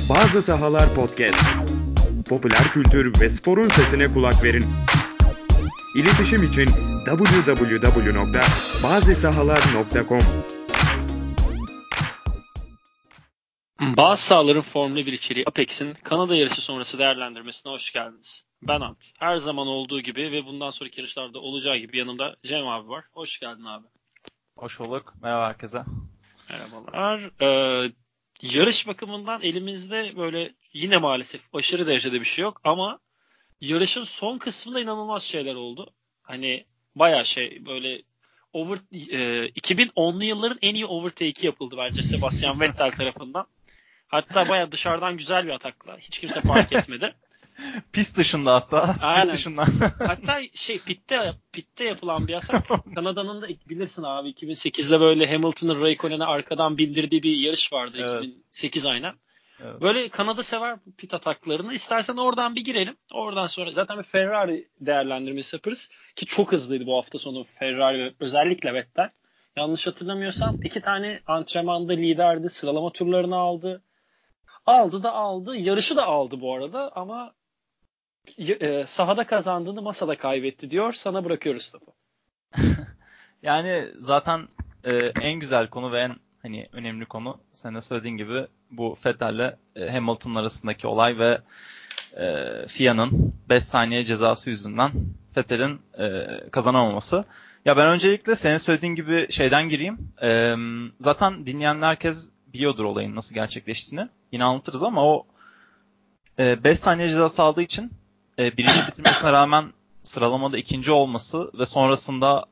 Bazı Sahalar Podcast. Popüler kültür ve sporun sesine kulak verin. İletişim için www.bazisahalar.com. Bazı sahaların Formula 1 içeriği Apex'in Kanada yarışı sonrası değerlendirmesine hoş geldiniz. Ben Ant. Her zaman olduğu gibi ve bundan sonraki yarışlarda olacağı gibi yanımda Cem abi var. Hoş geldin abi. Hoş bulduk. Merhaba herkese. Merhabalar. Yarış bakımından elimizde böyle yine maalesef aşırı derecede bir şey yok ama yarışın son kısmında inanılmaz şeyler oldu. Hani bayağı böyle 2010'lu yılların en iyi overtake'i yapıldı bence Sebastian Vettel tarafından. Hatta bayağı dışarıdan güzel bir atakla. Hiç kimse fark etmedi. Pist dışında hatta. Aynen. Pist dışında. Hatta pitte yapılan bir atak. Kanada'nın da bilirsin abi 2008'de böyle Hamilton'ın Raikkonen'e arkadan bindirdiği bir yarış vardı. Evet. 2008 aynen. Evet. Böyle Kanada sever pit ataklarını. İstersen oradan bir girelim. Oradan sonra zaten bir Ferrari değerlendirmesi yaparız. Ki çok hızlıydı bu hafta sonu Ferrari, özellikle Vettel. Yanlış hatırlamıyorsam 2 tane antrenmanda liderdi. Sıralama turlarını aldı. Aldı. Yarışı da aldı bu arada ama sahada kazandığını masada kaybetti diyor. Sana bırakıyoruz topu. Yani zaten en güzel konu ve en önemli konu senin de söylediğin gibi bu Vettel'le Hamilton arasındaki olay ve FIA'nın 5 saniye cezası yüzünden Vettel'in kazanamaması. Ya ben öncelikle senin söylediğin gibi şeyden gireyim. Zaten dinleyen herkes biliyordur olayın nasıl gerçekleştiğini. Yine anlatırız ama o 5 saniye cezası aldığı için birinci bitirmesine rağmen sıralamada ikinci olması ve sonrasında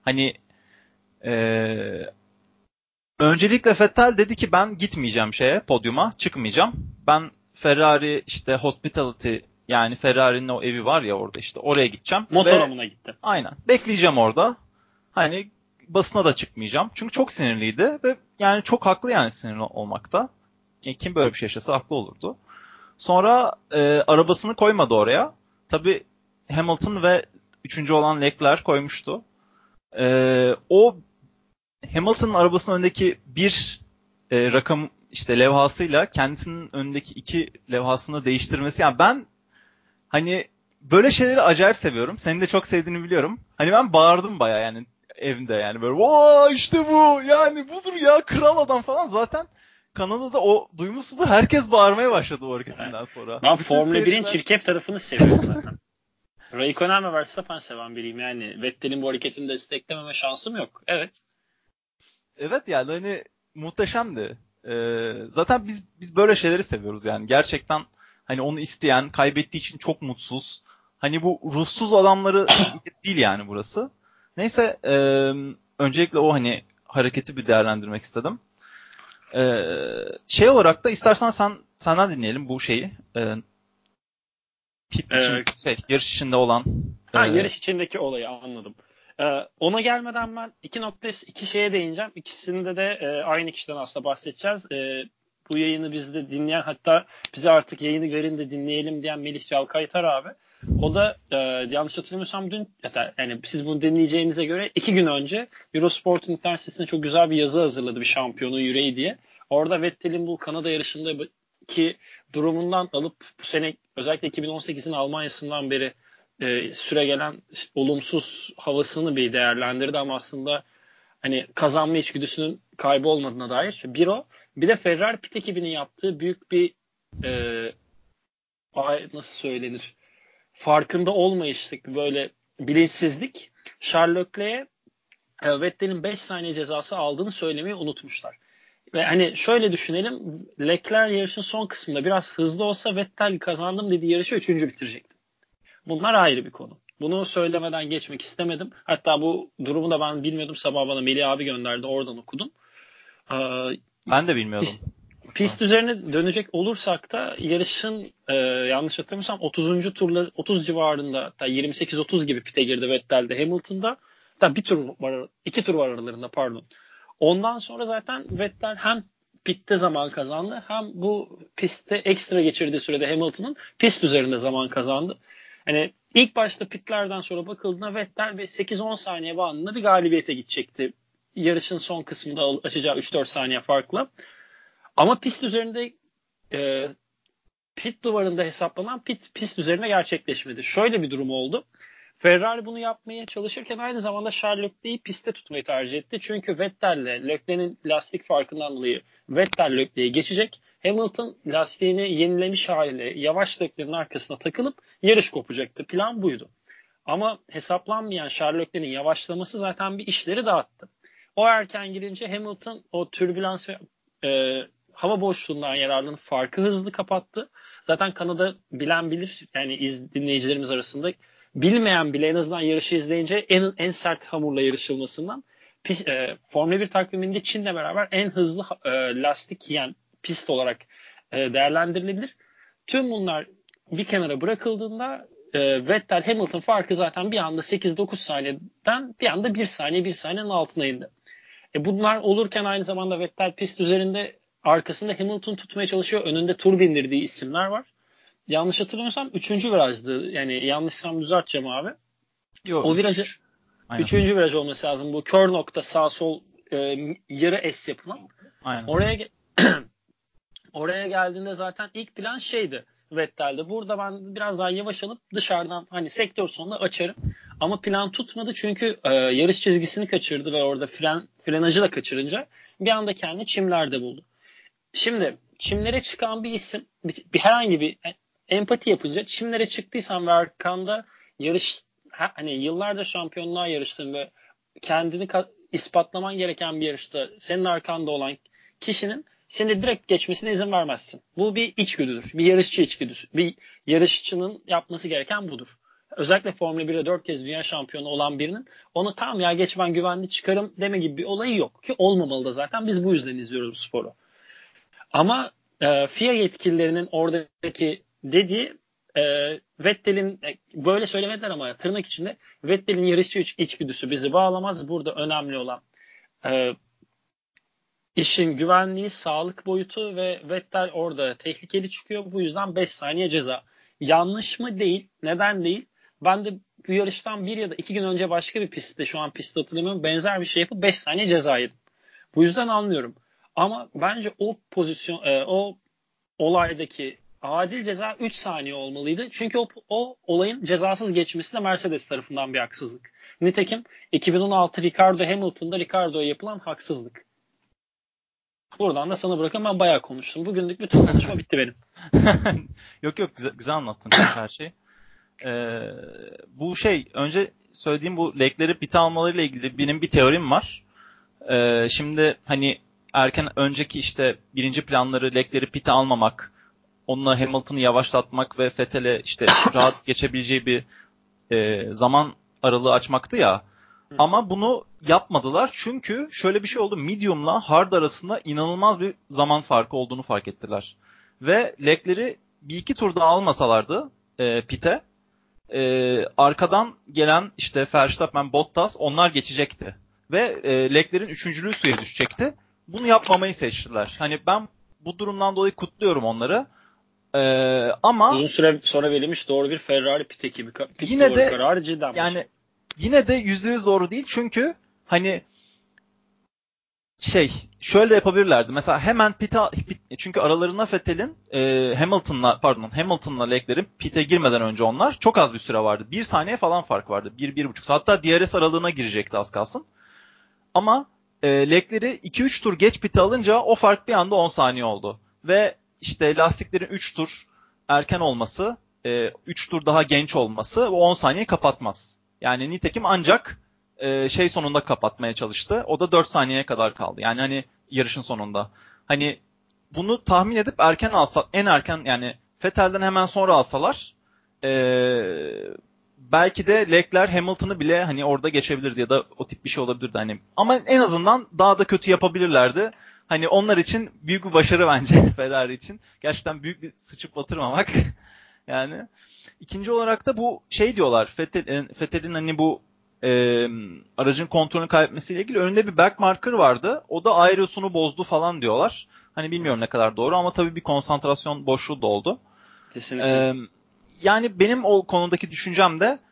öncelikle Vettel dedi ki ben gitmeyeceğim podyuma çıkmayacağım. Ben Ferrari Hospitality, yani Ferrari'nin o evi var ya orada, oraya gideceğim. Motorhome'una gitti. Aynen. Bekleyeceğim orada. Basına da çıkmayacağım. Çünkü çok sinirliydi ve yani çok haklı, yani sinirli olmakta. Kim böyle bir şey yaşasa haklı olurdu. Sonra arabasını koymadı oraya. Tabii Hamilton ve 3. olan Leclerc koymuştu. O Hamilton'ın arabasının önündeki bir rakam levhasıyla kendisinin önündeki 2 levhasını değiştirmesi. Yani ben böyle şeyleri acayip seviyorum. Senin de çok sevdiğini biliyorum. Ben bağırdım bayağı yani evimde, yani böyle vaa işte bu, yani budur ya, kral adam falan. Zaten Kanada'da o duymuşsunuz, herkes bağırmaya başladı o hareketinden sonra. Ben Formula 1'in çirkef tarafını seviyorum zaten. Raikkonen ve Verstappen seven biriyim yani. Vettel'in bu hareketini desteklememe şansım yok. Evet. Evet, yani muhteşemdi. Zaten biz böyle şeyleri seviyoruz yani. Gerçekten onu isteyen, kaybettiği için çok mutsuz. Bu ruhsuz adamları değil yani burası. Neyse, öncelikle o hareketi bir değerlendirmek istedim. Olarak da istersen senden dinleyelim bu şeyi. Pit için yarış içinde olan. Yarış içindeki olayı anladım. Ona gelmeden ben iki şeye değineceğim. İkisinde de aynı kişiden aslında bahsedeceğiz. Bu yayını bizde dinleyen, hatta bize artık yayını verin de dinleyelim diyen Melih Çalkaytar abi. O da yanlış hatırlamıyorsam dün, yani siz bunu dinleyeceğinize göre 2 gün önce Eurosport'un internet sitesine çok güzel bir yazı hazırladı, bir şampiyonun yüreği diye. Orada Vettel'in bu Kanada yarışındaki durumundan alıp bu sene özellikle 2018'in Almanya'sından beri süre gelen olumsuz havasını bir değerlendirdi ama aslında kazanma içgüdüsünün kaybolmadığına dair. Bir o. Bir de Ferrari pit ekibinin yaptığı büyük bir nasıl söylenir? Farkında olmayışlık, böyle bilinçsizlik. Charles Leclerc'e Vettel'in 5 saniye cezası aldığını söylemeyi unutmuşlar. Ve şöyle düşünelim. Leclerc yarışın son kısmında biraz hızlı olsa Vettel kazandım dediği yarışı 3. bitirecekti. Bunlar ayrı bir konu. Bunu söylemeden geçmek istemedim. Hatta bu durumu da ben bilmiyordum. Sabah bana Melih abi gönderdi. Oradan okudum. Ben de bilmiyordum. Pist üzerine dönecek olursak da yarışın yanlış hatırlamıyorsam 30 civarında, hatta 28-30 gibi pite girdi Vettel'de, Hamilton'da. Hatta 2 tur var aralarında, pardon. Ondan sonra zaten Vettel hem pitte zaman kazandı, hem bu pistte ekstra geçirdiği sürede Hamilton'ın pist üzerinde zaman kazandı. İlk başta pitlerden sonra bakıldığında Vettel ve 8-10 saniye bandında bir galibiyete gidecekti. Yarışın son kısmında açacağı 3-4 saniye farkla. Ama pist üzerinde pit duvarında hesaplanan pist üzerine gerçekleşmedi. Şöyle bir durum oldu. Ferrari bunu yapmaya çalışırken aynı zamanda Charles Leclerc'i pistte tutmayı tercih etti. Çünkü Vettel'le Leclerc'in lastik farkından dolayı Vettel Leclerc'i geçecek. Hamilton lastiğini yenilemiş haliyle yavaş Leclerc'in arkasına takılıp yarış kopacaktı. Plan buydu. Ama hesaplanmayan Charles Leclerc'in yavaşlaması zaten bir işleri dağıttı. O erken girince Hamilton o türbülans ve hava boşluğundan yararlanıp farkı hızlı kapattı. Zaten Kanada bilen bilir, yani dinleyicilerimiz arasında bilmeyen bile en azından yarışı izleyince en sert hamurla yarışılmasından Formula 1 takviminde Çin'le beraber en hızlı lastik yiyen pist olarak değerlendirilebilir. Tüm bunlar bir kenara bırakıldığında Vettel Hamilton farkı zaten bir anda 8-9 saniyeden bir anda 1 saniyenin altına indi. Bunlar olurken aynı zamanda Vettel pist üzerinde arkasında Hamilton tutmaya çalışıyor. Önünde tur bindirdiği isimler var. Yanlış hatırlamıyorsam 3. virajdı. Yani yanlışsam düzelteceğim abi. Yok, o virajı 3. viraj olması lazım. Bu kör nokta sağ sol yarı S yapılan. Aynen. Oraya geldiğinde zaten ilk plan şeydi Vettel'de. Burada ben biraz daha yavaş alıp dışarıdan hani sektör sonunda açarım. Ama plan tutmadı çünkü yarış çizgisini kaçırdı ve orada frenajı da kaçırınca bir anda kendini çimlerde buldu. Şimdi çimlere çıkan bir isim herhangi bir empati yapınca çimlere çıktıysan ve arkanda hani yıllardır şampiyonluğa yarıştın ve kendini ispatlaman gereken bir yarışta senin arkanda olan kişinin seni direkt geçmesine izin vermezsin. Bu bir içgüdüdür. Bir yarışçı içgüdüsü. Bir yarışçının yapması gereken budur. Özellikle Formula 1'de 4 kez dünya şampiyonu olan birinin onu tamam ya geç ben güvenli çıkarım deme gibi bir olayı yok. Ki olmamalı da zaten biz bu yüzden izliyoruz bu sporu. Ama FIA yetkililerinin oradaki dediği Vettel'in böyle söylemediler ama tırnak içinde Vettel'in yarışçı içgüdüsü bizi bağlamaz. Burada önemli olan işin güvenliği, sağlık boyutu ve Vettel orada tehlikeli çıkıyor. Bu yüzden 5 saniye ceza. Yanlış mı? Değil. Neden değil? Ben de bu yarıştan 1 ya da 2 gün önce başka bir pistte, şu an pistte hatırlamıyorum, benzer bir şey yapıp 5 saniye ceza yedim. Bu yüzden anlıyorum. Ama bence o o olaydaki adil ceza 3 saniye olmalıydı. Çünkü o olayın cezasız geçmesi de Mercedes tarafından bir haksızlık. Nitekim 2016 Ricardo'ya yapılan haksızlık. Buradan da sana bırakın, ben bayağı konuştum. Bugünlük bütün konuşma bitti benim. Yok güzel anlattın her şeyi. Bu önce söylediğim bu Leclerc'i pite almalarıyla ilgili benim bir teorim var. Şimdi hani önceki işte birinci planları Leclerc'i pite almamak, onunla Hamilton'ı yavaşlatmak ve Vettel'e işte rahat geçebileceği bir zaman aralığı açmaktı ya. Ama bunu yapmadılar çünkü şöyle bir şey oldu. Medium'la hard arasında inanılmaz bir zaman farkı olduğunu fark ettiler. Ve Leclerc'i bir iki turda almasalardı pite, arkadan gelen işte Verstappen, Bottas onlar geçecekti. Ve Leclerc'in üçüncülüğü suya düşecekti. Bunu yapmamayı seçtiler. Hani ben bu durumdan dolayı kutluyorum onları. Ama uzun süre sonra verilmiş doğru bir Ferrari pit ekibi yine de kararı cidden yani yine de %100 doğru değil çünkü hani şöyle de yapabilirlerdi. Mesela hemen çünkü aralarında Vettel'in Hamilton'la Leclerc'in pit'e girmeden önce onlar çok az bir süre vardı. 1 saniye falan fark vardı. 1-1,5. Hatta DRS aralığına girecekti az kalsın. Ama Leclerc'i 2-3 tur geç pit'e alınca o fark bir anda 10 saniye oldu. Ve işte lastiklerin 3 tur erken olması, 3 tur daha genç olması o 10 saniyeyi kapatmaz. Yani nitekim ancak sonunda kapatmaya çalıştı. O da 4 saniyeye kadar kaldı. Yani hani yarışın sonunda. Hani bunu tahmin edip en erken yani Vettel'den hemen sonra alsalar belki de Leclerc Hamilton'ı bile hani orada geçebilirdi ya da o tip bir şey olabilirdi hani. Ama en azından daha da kötü yapabilirlerdi. Hani onlar için büyük bir başarı bence Ferrari için. Gerçekten büyük bir sıçıp batırmamak. Yani ikinci olarak da bu diyorlar. Vettel'in hani bu aracın kontrolünü kaybetmesiyle ilgili önünde bir back marker vardı. O da aerosunu bozdu falan diyorlar. Hani bilmiyorum ne kadar doğru ama tabii bir konsantrasyon boşluğu da oldu. Kesinlikle. Yani benim o konudaki düşüncem de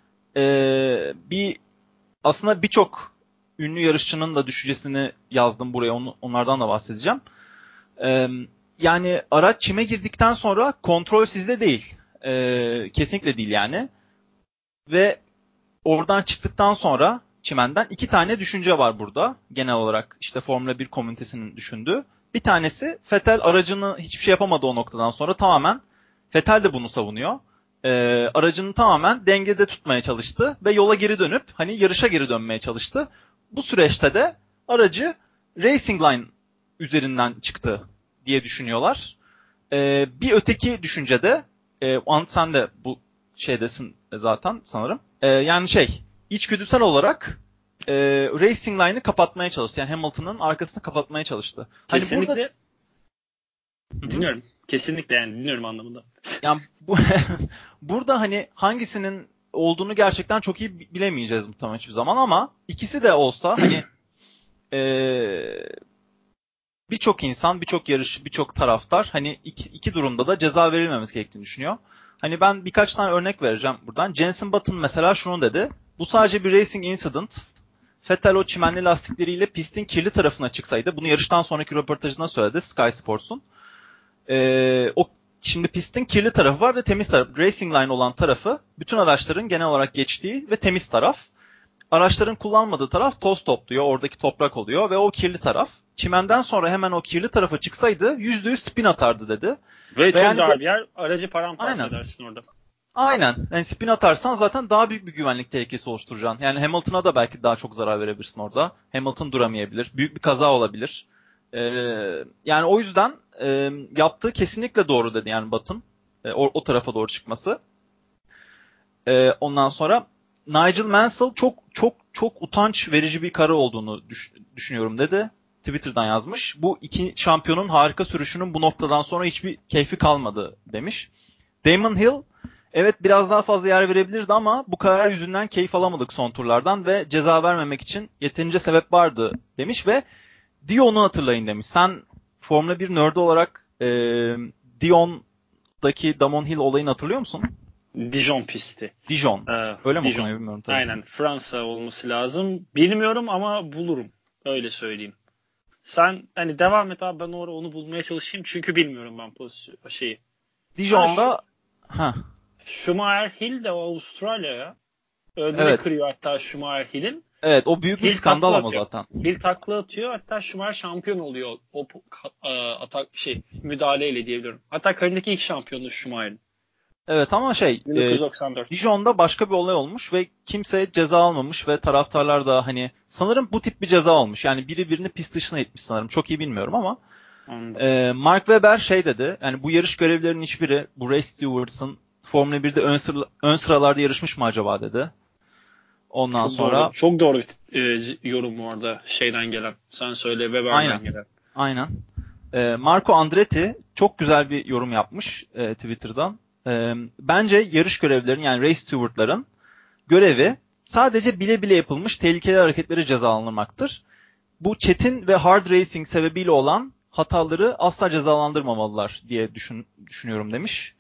aslında birçok ünlü yarışçının da düşüncesini yazdım buraya. Onlardan da bahsedeceğim. yani araç çime girdikten sonra kontrol sizde değil. Kesinlikle değil yani. Ve oradan çıktıktan sonra çimenden 2 tane düşünce var burada. Genel olarak işte Formula 1 komünitesinin düşündüğü. Bir tanesi Vettel aracını hiçbir şey yapamadı o noktadan sonra tamamen. Vettel de bunu savunuyor. Aracını tamamen dengede tutmaya çalıştı ve yola geri dönüp hani yarışa geri dönmeye çalıştı. Bu süreçte de aracı Racing Line üzerinden çıktı diye düşünüyorlar. Bir öteki düşüncede sen de bu şeydesin zaten sanırım. Yani içgüdüsel olarak Racing Line'ı kapatmaya çalıştı. Yani Hamilton'ın arkasını kapatmaya çalıştı. Kesinlikle. Hani burada... Dinliyorum. Kesinlikle yani dinliyorum anlamında. Yani burada hani hangisinin olduğunu gerçekten çok iyi bilemeyeceğiz muhtemelen hiçbir zaman ama ikisi de olsa hani birçok insan, birçok yarışçı, birçok taraftar hani iki durumda da ceza verilmemesi gerektiğini düşünüyor. Hani ben birkaç tane örnek vereceğim buradan. Jenson Button mesela şunu dedi. Bu sadece bir racing incident. Vettel o çimenli lastikleriyle pistin kirli tarafına çıksaydı, bunu yarıştan sonraki röportajında söyledi Sky Sports'un. Şimdi pistin kirli tarafı var ve temiz tarafı. Racing Line olan tarafı bütün araçların genel olarak geçtiği ve temiz taraf. Araçların kullanmadığı taraf toz topluyor. Oradaki toprak oluyor ve o kirli taraf. Çimenden sonra hemen o kirli tarafa çıksaydı %100 spin atardı dedi. Ve çok yani dar bir yer. Aracı paramparça edersin orada. Aynen. Yani spin atarsan zaten daha büyük bir güvenlik tehlikesi oluşturacaksın. Yani Hamilton'a da belki daha çok zarar verebilirsin orada. Hamilton duramayabilir. Büyük bir kaza olabilir. Yani o yüzden yaptığı kesinlikle doğru dedi yani Button. O tarafa doğru çıkması. Ondan sonra Nigel Mansell çok utanç verici bir karar olduğunu düşünüyorum dedi. Twitter'dan yazmış. Bu iki şampiyonun harika sürüşünün bu noktadan sonra hiçbir keyfi kalmadı demiş. Damon Hill evet biraz daha fazla yer verebilirdi ama bu karar yüzünden keyif alamadık son turlardan ve ceza vermemek için yeterince sebep vardı demiş ve Dion'u hatırlayın demiş. Sen Formula 1 nerd'i olarak Dion'daki Damon Hill olayını hatırlıyor musun? Dijon pisti. Dijon. Öyle mi Dijon. okunuyor bilmiyorum tabii. Aynen. Fransa olması lazım. Bilmiyorum ama bulurum. Öyle söyleyeyim. Sen hani devam et abi ben onu bulmaya çalışayım çünkü bilmiyorum ben şeyi. Dijon'da Schumacher Hill de o Avustralya'ya. Ödülü evet. kırıyor hatta Schumacher Hill'in. Evet o büyük bir skandal ama zaten. Hill takla atıyor hatta Schumacher şampiyon oluyor o müdahaleyle diyebilirim. Hatta kariyerindeki ilk şampiyonu Schumacher'in. Evet ama 1994. Dijon'da başka bir olay olmuş ve kimse ceza almamış ve taraftarlar da hani sanırım bu tip bir ceza olmuş. Yani biri birini pist dışına itmiş sanırım. Çok iyi bilmiyorum ama. Mark Webber dedi. Yani bu yarış görevlilerinin hiçbiri bu Ray Stewart'ın Formula 1'de ön sıralarda yarışmış mı acaba dedi. Ondan çok sonra doğru. Çok doğru bir yorum orada şeyden gelen. Sen söyle Webber'den gelen. Aynen. Marco Andretti çok güzel bir yorum yapmış Twitter'dan. Bence yarış görevlilerinin yani Ray Stewart'ların görevi sadece bile bile yapılmış tehlikeli hareketleri cezalandırmaktır. Bu çetin ve hard racing sebebiyle olan hataları asla cezalandırmamalılar diye düşünüyorum demiş.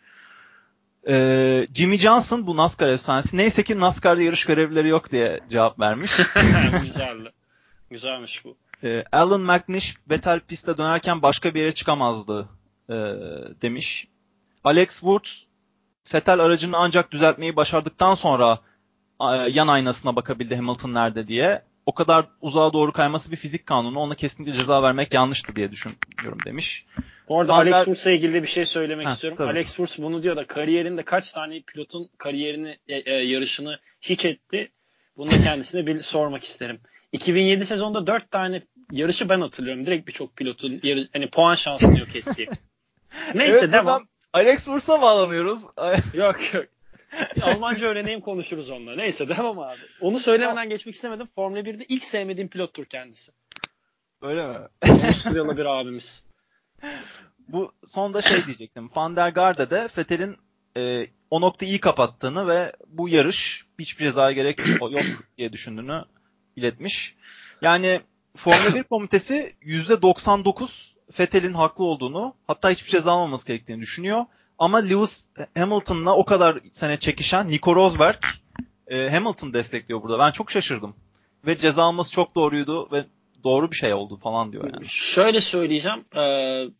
Jimmy Johnson bu NASCAR efsanesi neyse ki NASCAR'da yarış görevlileri yok diye cevap vermiş. Güzeldi. Güzelmiş bu. Alan McNish Vettel piste dönerken başka bir yere çıkamazdı demiş. Alex Wurz Vettel aracını ancak düzeltmeyi başardıktan sonra yan aynasına bakabildi Hamilton nerede diye. O kadar uzağa doğru kayması bir fizik kanunu. Ona kesinlikle ceza vermek yanlıştı diye düşünüyorum demiş. Bu arada Alex Wurz'la ilgili bir şey söylemek istiyorum. Tabii. Alex Wurz bunu diyor da kariyerinde kaç tane pilotun kariyerini yarışını hiç etti. Bunu da kendisine sormak isterim. 2007 sezonda 4 tane yarışı ben hatırlıyorum. Direkt birçok pilotun hani puan şansını yok ettiği. Neyse evet, devam. Alex Wurz'a bağlanıyoruz. Yok. Almanca öğreneyim konuşuruz onunla. Neyse devam abi. Onu söylemeden geçmek istemedim. Formula 1'de ilk sevmediğim pilottur kendisi. Öyle mi? Avusturyalı bir abimiz. Bu sonda diyecektim. Van der Garde de Vettel'in o noktayı iyi kapattığını ve bu yarış hiçbir cezaya gerek yok diye düşündüğünü iletmiş. Yani Formula 1 komitesi %99 Vettel'in haklı olduğunu hatta hiçbir ceza almaması gerektiğini düşünüyor. Ama Lewis Hamilton'la o kadar sene çekişen Nico Rosberg Hamilton destekliyor burada. Ben çok şaşırdım. Ve ceza alması çok doğruydu ve doğru bir şey oldu falan diyor yani. Şöyle söyleyeceğim.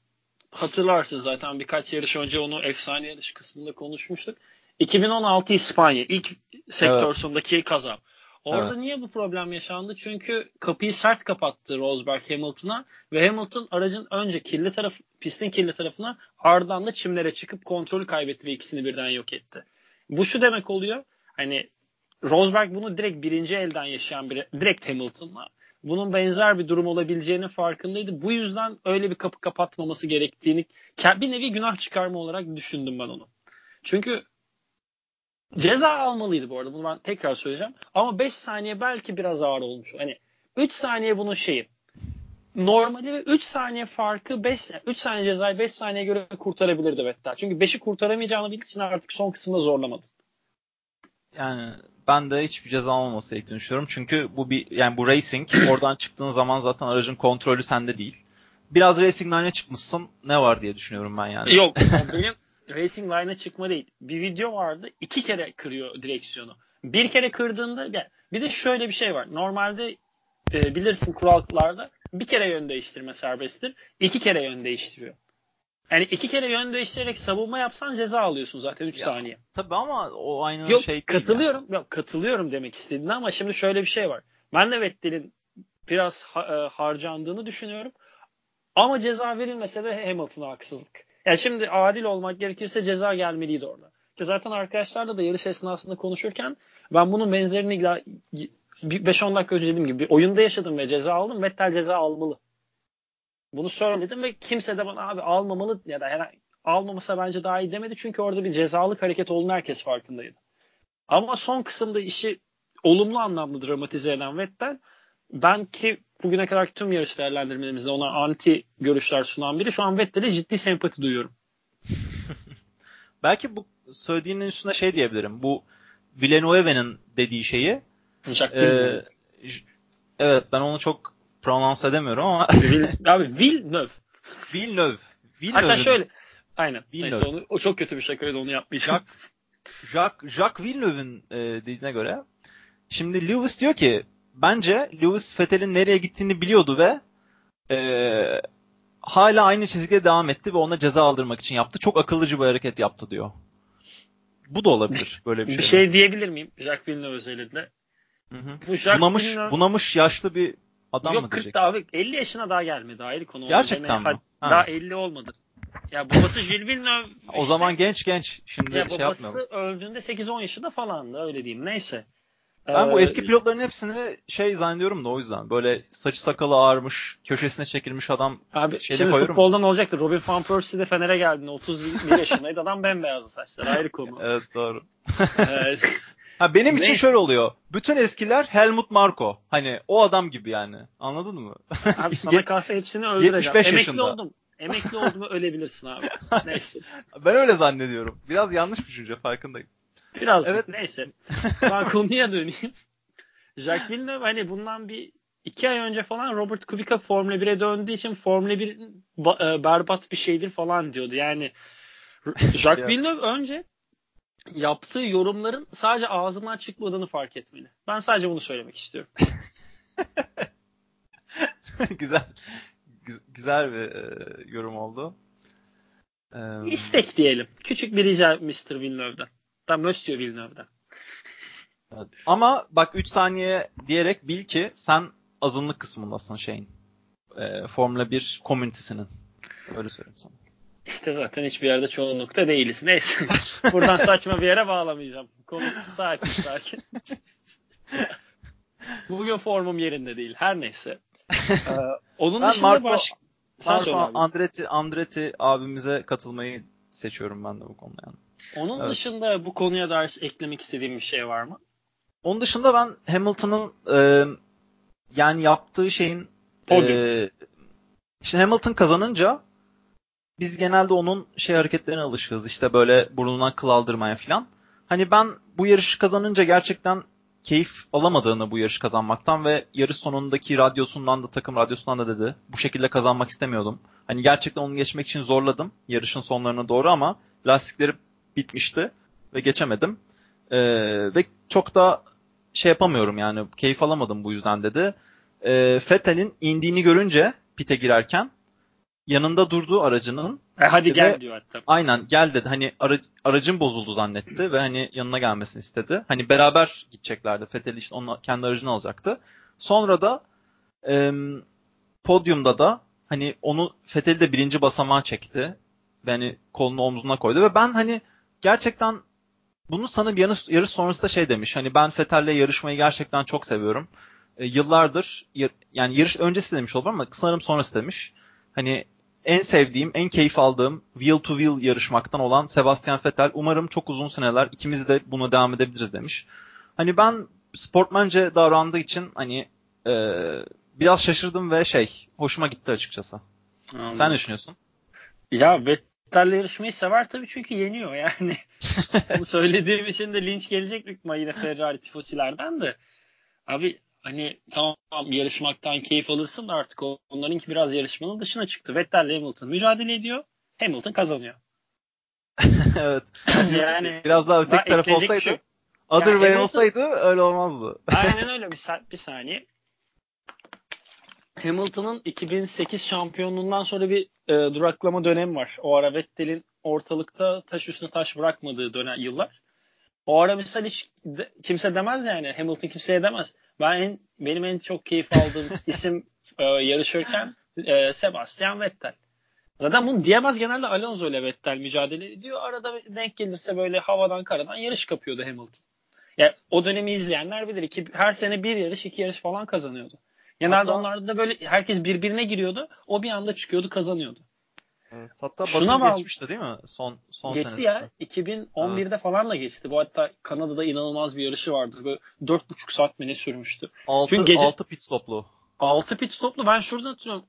hatırlarsınız zaten birkaç yarış önce onu efsane yarış kısmında konuşmuştuk. 2016 İspanya ilk sektör sonundaki kaza. Orada niye bu problem yaşandı? Çünkü kapıyı sert kapattı Rosberg Hamilton'a ve Hamilton aracın önce pistin kirli tarafına, ardından da çimlere çıkıp kontrolü kaybetti ve ikisini birden yok etti. Bu şu demek oluyor. Hani Rosberg bunu direkt birinci elden yaşayan direkt Hamilton'la bunun benzer bir durum olabileceğinin farkındaydı. Bu yüzden öyle bir kapı kapatmaması gerektiğini bir nevi günah çıkarma olarak düşündüm ben onu. Çünkü ceza almalıydı bu arada. Bunu ben tekrar söyleyeceğim. Ama 5 saniye belki biraz ağır olmuş. Hani 3 saniye bunun şeyi. Normali ve 3 saniye farkı 3 saniye cezayı 5 saniye göre kurtarabilirdi Vettel. Çünkü 5'i kurtaramayacağını bildiği için artık son kısımda zorlamadı. Yani ben de hiçbir ceza olmaması gerektiğini düşünüyorum. Çünkü bu racing, oradan çıktığın zaman zaten aracın kontrolü sende değil. Biraz racing line'e çıkmışsın, ne var diye düşünüyorum ben yani. Yok, benim racing line'a çıkma değil. Bir video vardı. 2 kere kırıyor direksiyonu. Bir kere kırdığında bir de şöyle bir şey var. Normalde bilirsin kurallarda bir kere yön değiştirme serbesttir. 2 kere yön değiştiriyor. Yani 2 kere yön değiştirerek savunma yapsan ceza alıyorsun zaten 3 saniye. Tabii ama o aynı şey değil. Katılıyorum. Yani. Yok, katılıyorum demek istediğine ama şimdi şöyle bir şey var. Ben de Vettel'in biraz harcandığını düşünüyorum. Ama ceza verilmese de Hamilton'a haksızlık. Yani şimdi adil olmak gerekirse ceza gelmeliydi orada. Ki zaten arkadaşlarla da yarış esnasında konuşurken ben bunun benzerini 5-10 dakika önce dediğim gibi bir oyunda yaşadım ve ceza aldım. Vettel ceza almalı. Bunu söyledim ve kimse de bana abi almamalı ya da herhangi almamasa bence daha iyi demedi. Çünkü orada bir cezalık hareket olduğunu herkes farkındaydı. Ama son kısımda işi olumlu anlamda dramatize eden Vettel, ben ki bugüne kadarki tüm yarış değerlendirmelerimizde ona anti görüşler sunan biri, şu an Vettel'e ciddi sempati duyuyorum. Belki bu söylediğinin üstüne şey diyebilirim. Bu Villeneuve'nin dediği şeyi. Evet, ben onu çok pronounce edemiyorum ama. Abi Villeneuve. Hatta şöyle. Aynen. Neyse, o çok kötü bir şakaydı, onu yapmayacağım. Jacques Villeneuve'in dediğine göre. Şimdi Lewis diyor ki bence Lewis Vettel'in nereye gittiğini biliyordu ve hala aynı çizgide devam etti ve ona ceza aldırmak için yaptı. Çok akıllıcı bir hareket yaptı diyor. Bu da olabilir böyle bir şey. Bir şey diyebilir miyim Jacques Villeneuve özelinde? Bunamış yaşlı bir adam mı diyeceksin? Yok 40 abi, 50 yaşına daha gelmedi, ayrı konu. Gerçekten mi? Daha 50 olmadı. Ya babası Gilles Villeneuve. O zaman genç. Şimdi ya şey yapmayalım. Babası öldüğünde 8-10 yaşında falandı, öyle diyeyim. Neyse. Ben bu eski pilotların hepsini zannediyorum da o yüzden. Böyle saçı sakalı ağarmış, köşesine çekilmiş adam. Abi şimdi futboldan olacaktır. Robin Van Persie de Fener'e geldiğinde 31 yaşındaydı. Adam bembeyazdı saçlar. Ayrı konu. Evet, doğru. Benim için şöyle oluyor. Bütün eskiler Helmut Marko. Hani o adam gibi yani. Anladın mı? Abi sana kalsa hepsini öldüreceğim. 75 yaşında. Emekli oldum ölebilirsin abi. Neyse. Ben öyle zannediyorum. Biraz yanlış düşünce, farkındayım. Biraz evet. Neyse. Ben konuya döneyim. Jacques Villeneuve hani bundan 2 ay önce falan Robert Kubica Formula 1'e döndüğü için Formula 1 berbat bir şeydir falan diyordu. Yani Jacques Villeneuve önce yaptığı yorumların sadece ağzından çıkmadığını fark etmeli. Ben sadece bunu söylemek istiyorum. Güzel bir yorum oldu. İstek diyelim. Küçük bir rica Mr. Villeneuve'den. Monsieur Villeneuve'den. Evet. Ama bak 3 saniye diyerek bil ki sen azınlık kısmındasın şeyin. Formula 1 komünitesinin. Öyle söyleyeyim sana. İşte zaten hiçbir yerde çoğunlukta değiliz. Neyse. Buradan saçma bir yere bağlamayacağım. Konu sakin. Bugün formum yerinde değil. Her neyse. Onun ben dışında Andretti abimize katılmayı seçiyorum ben de bu konuda yani. Onun dışında bu konuya dair eklemek istediğim bir şey var mı? Onun dışında ben Hamilton'ın yani yaptığı şeyin işte Hamilton kazanınca biz genelde onun hareketlerine alışığız. İşte böyle burnundan kıl aldırmaya falan. Hani ben bu yarışı kazanınca gerçekten keyif alamadığını bu yarışı kazanmaktan ve yarış sonundaki takım radyosundan da dedi. Bu şekilde kazanmak istemiyordum. Hani gerçekten onu geçmek için zorladım yarışın sonlarına doğru ama lastikleri bitmişti ve geçemedim. Ve çok da yapamıyorum yani, keyif alamadım bu yüzden dedi. Vettel'in indiğini görünce pite girerken yanında durdu aracının. Hadi gel Ve diyor hatta. aynen gel dedi. Hani aracın bozuldu zannetti ve hani yanına gelmesini istedi. Hani beraber gideceklerdi. Vettel işte onun kendi aracını alacaktı. Sonra da podyumda da hani onu Vettel'i de birinci basamağa çekti. Ve hani kolunu omzuna koydu ve ben hani gerçekten bunu sana bir yarış sonrasında şey demiş. Hani ben Vettel'le yarışmayı gerçekten çok seviyorum. Yıllardır yani yarış öncesi demiş olur ama sanırım sonrası demiş. Hani en sevdiğim, en keyif aldığım wheel to wheel yarışmaktan olan Sebastian Vettel. Umarım çok uzun seneler ikimiz de buna devam edebiliriz demiş. Hani ben sportmence davrandığı için hani biraz şaşırdım ve hoşuma gitti açıkçası. Anladım. Sen ne düşünüyorsun? Ya Vettel'le yarışmayı sever tabii çünkü yeniyor yani. Bunu söylediğim için de linç gelecek büyük ihtimalle yine Ferrari tifosilerden de. Abi hani tamam yarışmaktan keyif alırsın da artık onlarınki biraz yarışmanın dışına çıktı. Vettel Hamilton mücadele ediyor. Hamilton kazanıyor. Evet. Yani Biraz daha daha öteki taraf ekleyecek bir şey olsaydı, yok. other Yani way Hamilton olsaydı öyle olmazdı. aynen öyle bir saniye. Hamilton'ın 2008 şampiyonluğundan sonra bir duraklama dönemi var. O ara Vettel'in ortalıkta taş üstüne taş bırakmadığı dönem yıllar. O ara mesela hiç kimse demez yani. Hamilton kimseye demez. Benim en çok keyif aldığım isim yarışırken Sebastian Vettel. Zaten bunu diyemez, genelde Alonso ile Vettel mücadele ediyor. Arada denk gelirse böyle havadan karadan yarış kapıyordu Hamilton. Yani o dönemi izleyenler bilir ki her sene bir yarış iki yarış falan kazanıyordu. Genelde Hatta onlarda da böyle herkes birbirine giriyordu. O bir anda çıkıyordu, kazanıyordu. evet, hatta Şuna Button bağlı. geçmişti değil mi? Son Geçti senesinde. ya. 2011'de Evet. falan da geçti. Bu hatta Kanada'da inanılmaz bir yarışı vardı. Böyle 4,5 saat mi ne sürmüştü. Çünkü 6 gece 6 pit stoplu. 6 pit stoplu, ben şuradan hatırlıyorum.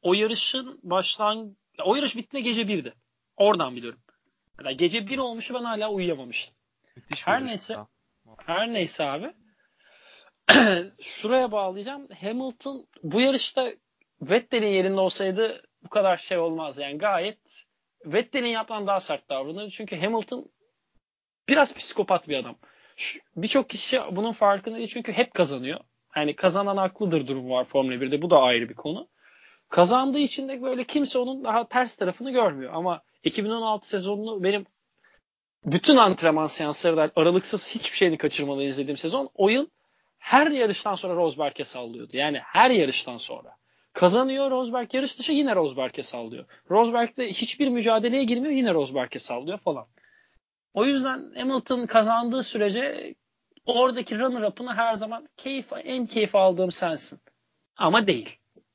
O yarış bittiğinde gece 1'di. Oradan biliyorum. Yani gece 1 olmuşu, ben hala uyuyamamıştım. Müthiş bir Her yarıştı neyse. ya. Her neyse abi. Şuraya bağlayacağım. Hamilton bu yarışta Vettel'in yerinde olsaydı bu kadar şey olmaz. Yani gayet Vettel'in yapılan daha sert davranır. Çünkü Hamilton biraz psikopat bir adam. Birçok kişi bunun farkında değil çünkü hep kazanıyor. Yani kazanan haklıdır durum var Formula 1'de. Bu da ayrı bir konu. Kazandığı için de böyle kimse onun daha ters tarafını görmüyor. Ama 2016 sezonunu benim bütün antrenman seansları aralıksız hiçbir şeyini kaçırmadan izlediğim sezon, o yıl her yarıştan sonra Rosberg'e sallıyordu. Yani her yarıştan sonra. Kazanıyor Rosberg, yarış dışı yine Rosberg'e sallıyor. Rosberg de hiçbir mücadeleye girmiyor, yine Rosberg'e sallıyor falan. O yüzden Hamilton kazandığı sürece oradaki runner-up'ını her zaman en keyif aldığım sensin. Ama değil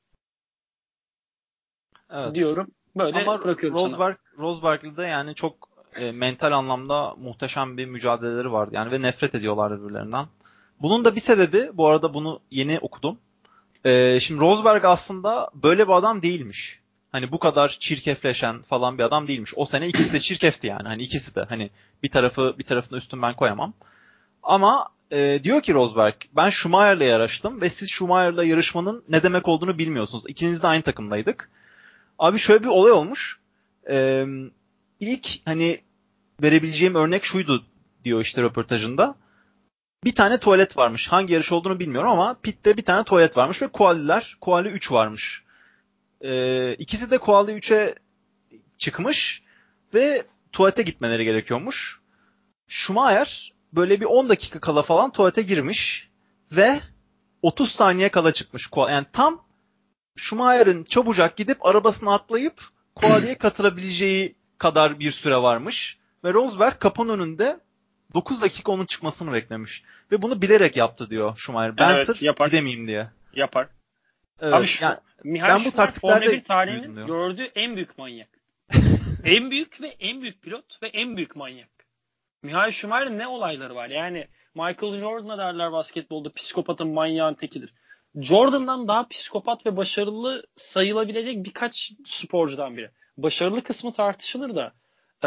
Evet. diyorum. Böyle Ama bırakıyorum sana. Rosberg'le de yani çok mental anlamda muhteşem bir mücadeleleri vardı. Yani ve nefret ediyorlar birbirlerinden. Bunun da bir sebebi, bu arada bunu yeni okudum. Şimdi Rosberg aslında böyle bir adam değilmiş. Hani bu kadar çirkefleşen falan bir adam değilmiş. O sene ikisi de çirkefti yani. Hani ikisi de hani bir tarafına üstün ben koyamam. Ama diyor ki Rosberg, ben Schumacher'la yarıştım ve siz Schumacher'la yarışmanın ne demek olduğunu bilmiyorsunuz. İkiniz de aynı takımdaydık. Abi şöyle bir olay olmuş. Ee, ilk hani verebileceğim örnek şuydu diyor işte röportajında. Bir tane tuvalet varmış. Hangi yarış olduğunu bilmiyorum ama pitte bir tane tuvalet varmış ve Quali 3 varmış. İkisi de Quali 3'e çıkmış ve tuvalete gitmeleri gerekiyormuş. Schumacher böyle bir 10 dakika kala falan tuvalete girmiş ve 30 saniye kala çıkmış. Yani tam Schumacher'ın çabucak gidip arabasına atlayıp Quali'ye katılabileceği kadar bir süre varmış. Ve Rosberg kapının önünde 9 dakika onun çıkmasını beklemiş. Ve bunu bilerek yaptı diyor Schumacher. Ben Evet, sırf yapar. gidemeyeyim diye. Yapar. Abi Evet, yani Michael ben bu Schumacher Formula 1 taktiklerde büyüdüm tarihinin diyor. gördüğü en büyük manyak. En büyük ve en büyük pilot ve en büyük manyak. Michael Schumacher'in ne olayları var? Yani Michael Jordan'a derler basketbolda psikopatın, manyağın tekidir. Jordan'dan daha psikopat ve başarılı sayılabilecek birkaç sporcudan biri. Başarılı kısmı tartışılır da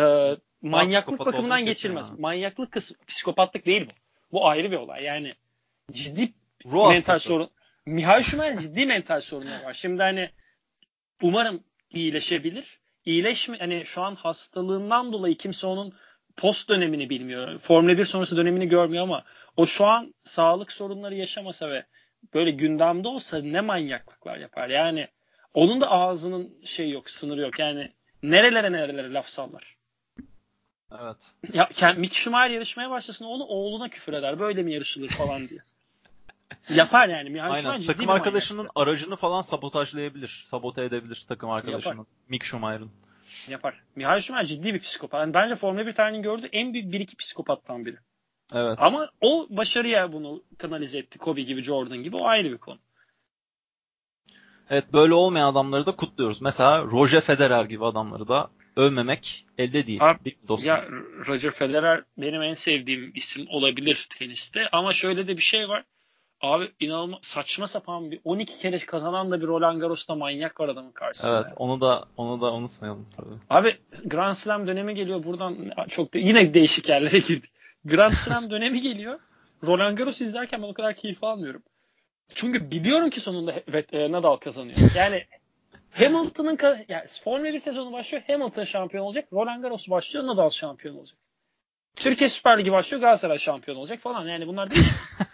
Daha manyaklık psikopat olduğu bakımından kesin geçilmez. yani. Manyaklık kısmı, psikopatlık değil bu. Bu ayrı bir olay. Yani ciddi Ruh mental hastası. sorun. Michael Schumacher'in ciddi mental sorunları var. Şimdi hani umarım iyileşebilir. Hani şu an hastalığından dolayı kimse onun post dönemini bilmiyor. Formula 1 sonrası dönemini görmüyor ama o şu an sağlık sorunları yaşamasa ve böyle gündemde olsa ne manyaklıklar yapar. Yani Onun da ağzının yok, sınırı yok. Yani nerelere laf sallar. Evet. Ya Mick Schumacher yarışmaya başlasın, onu oğluna küfür eder. Böyle mi yarışılır falan diye. Yapar yani. Mick Aynen. Schumacher ciddi Takım bir arkadaşının manyak. aracını falan sabotajlayabilir. Sabote edebilir takım arkadaşının. Yapar. Mick Schumacher'ın. Yapar. Mick Schumacher ciddi bir psikopat. Yani bence Formula 1 tarihinin gördüğü en büyük 1-2 psikopattan biri. Evet. Ama o başarıya bunu kanalize etti. Kobe gibi, Jordan gibi. O ayrı bir konu. Evet, böyle olmayan adamları da kutluyoruz. Mesela Roger Federer gibi adamları da övmemek elde değil. Abi, Değil mi dostum? ya Roger Federer benim en sevdiğim isim olabilir teniste. Ama şöyle de bir şey var. Abi inanılmaz saçma sapan bir 12 kere kazanan da bir Roland Garros'ta manyak var adamın karşısında. Evet, onu da unutmayalım tabii. Abi Grand Slam dönemi geliyor. Buradan yine değişik yerlere girdik. Grand Slam dönemi geliyor. Roland Garros izlerken ben o kadar keyif almıyorum. Çünkü biliyorum ki sonunda Nadal kazanıyor. Yani Hamilton'ın yani Formula 1 sezonu başlıyor. Hamilton şampiyon olacak. Roland Garros başlıyor. Nadal şampiyon olacak. Türkiye Süper Ligi başlıyor. Galatasaray şampiyon olacak falan. Yani bunlar değil.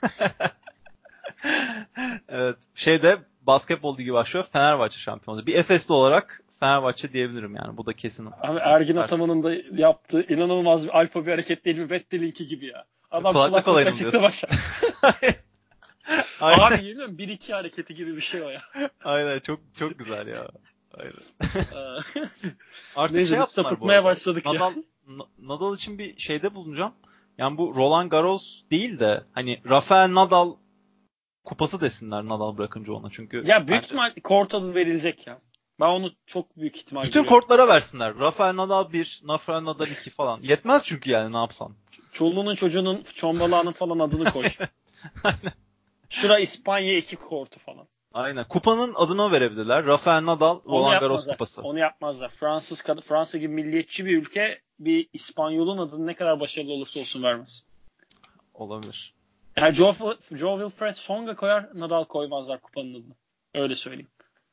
Evet. Basketbol ligi başlıyor. Fenerbahçe şampiyon olacak. Bir Efesli olarak Fenerbahçe diyebilirim yani. Bu da kesin. Abi Ergin Ataman'ın da yaptığı inanılmaz bir alfa bir hareket değil mi? Vettel'inki gibi ya. Adam Kulaklık olaydım çıktı diyorsun. başa. Aynen. Abi yemin ediyorum 1-2 hareketi gibi bir şey o ya. Aynen, çok çok güzel ya. Aynen. Artık Neyse biz yapsınlar bu sapıtmaya arada. başladık ya. Nadal için bir şeyde bulunacağım. Yani bu Roland Garros değil de hani Rafael Nadal kupası desinler Nadal bırakınca ona. Çünkü Ya büyük bence ihtimal kort adı verilecek ya. Ben onu çok büyük ihtimal bütün görüyorum. kortlara versinler. Rafael Nadal 1, Rafael Nadal 2 falan. Yetmez çünkü yani ne yapsan. Çoluğunun çocuğunun çombalağının falan adını koy. Şura İspanya 2 kortu falan. Aynen. Kupanın adını verebilirler. Rafael Nadal Onu Roland Garros yapmazlar. kupası. Onu yapmazlar. Fransa gibi milliyetçi bir ülke bir İspanyol'un adını ne kadar başarılı olursa olsun vermez. Olabilir. Yani Joe Wilfred Songa koyar, Nadal koymazlar kupanın adını. Öyle söyleyeyim.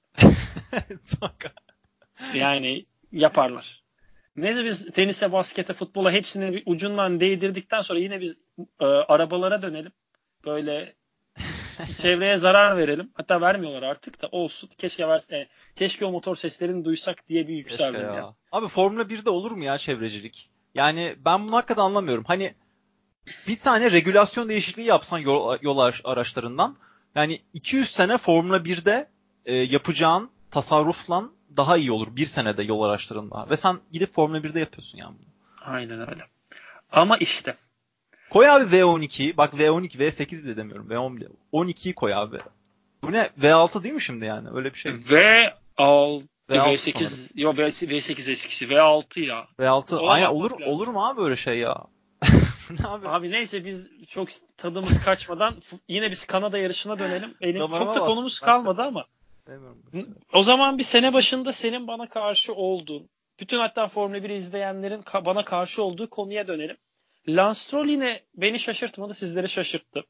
Yani yaparlar. Neyse biz tenise, baskete, futbola hepsini bir ucundan değdirdikten sonra yine biz arabalara dönelim. Böyle çevreye zarar verelim. Hatta vermiyorlar artık da olsun. Keşke o motor seslerini duysak diye bir Keşke yükseldim ya. Abi Formula 1'de olur mu ya çevrecilik? Yani ben bunu hakikaten anlamıyorum. Hani bir tane regülasyon değişikliği yapsan yol araçlarından, yani 200 sene Formula 1'de yapacağın tasarrufla daha iyi olur. Bir senede yol araçlarında. Ve sen gidip Formula 1'de yapıyorsun yani bunu. Aynen öyle. Ama işte. Koy abi V12'yi. Bak V12, V8 bile demiyorum. V10 bile. 12'yi koy abi. Bu ne? V6 değil mi şimdi yani? Öyle bir şey. V6 V6 V8 sanırım. yok V8 eskisi. V6 ya. V6. Ona Aynen, bakmak lazım. olur mu abi böyle şey ya? Ne abi? Abi neyse biz çok tadımız kaçmadan yine biz Kanada yarışına dönelim. Benim çok Damarıma da bastın. konumuz Ben kalmadı ama. sevmiyorum bu şeyi. O zaman bir sene başında senin bana karşı olduğun, bütün hatta Formula 1 izleyenlerin bana karşı olduğu konuya dönelim. Lance Stroll yine beni şaşırtmadı, sizleri şaşırttı.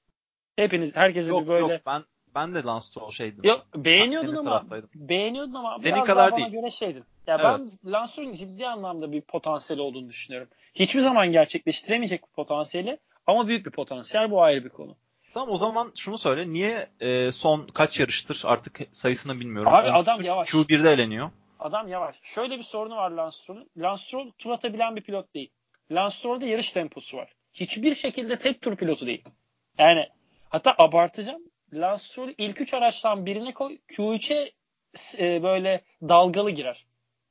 Herkese bir Yok böyle. ben de Lance Stroll şeydim. Yok beğeniyordun Senin ama taraftaydım. Senin biraz daha kadar bana değil. göre şeydin. Ya ben Evet. Lance Stroll'ün ciddi anlamda bir potansiyeli olduğunu düşünüyorum. Hiçbir zaman gerçekleştiremeyecek bu potansiyeli ama büyük bir potansiyel, bu ayrı bir konu. Tamam, o zaman şunu söyle. Niye son kaç yarıştır artık sayısını bilmiyorum. Abi 10 adam küsur yavaş. Q1'de eleniyor. Adam yavaş. Şöyle bir sorunu var Lance Stroll'ün. Lance Stroll tur atabilen bir pilot değil. Lance Stroll'da yarış temposu var. Hiçbir şekilde tek tur pilotu değil. Yani hatta abartacağım. Lance Stroll ilk 3 araçtan birine koy, Q3'e böyle dalgalı girer.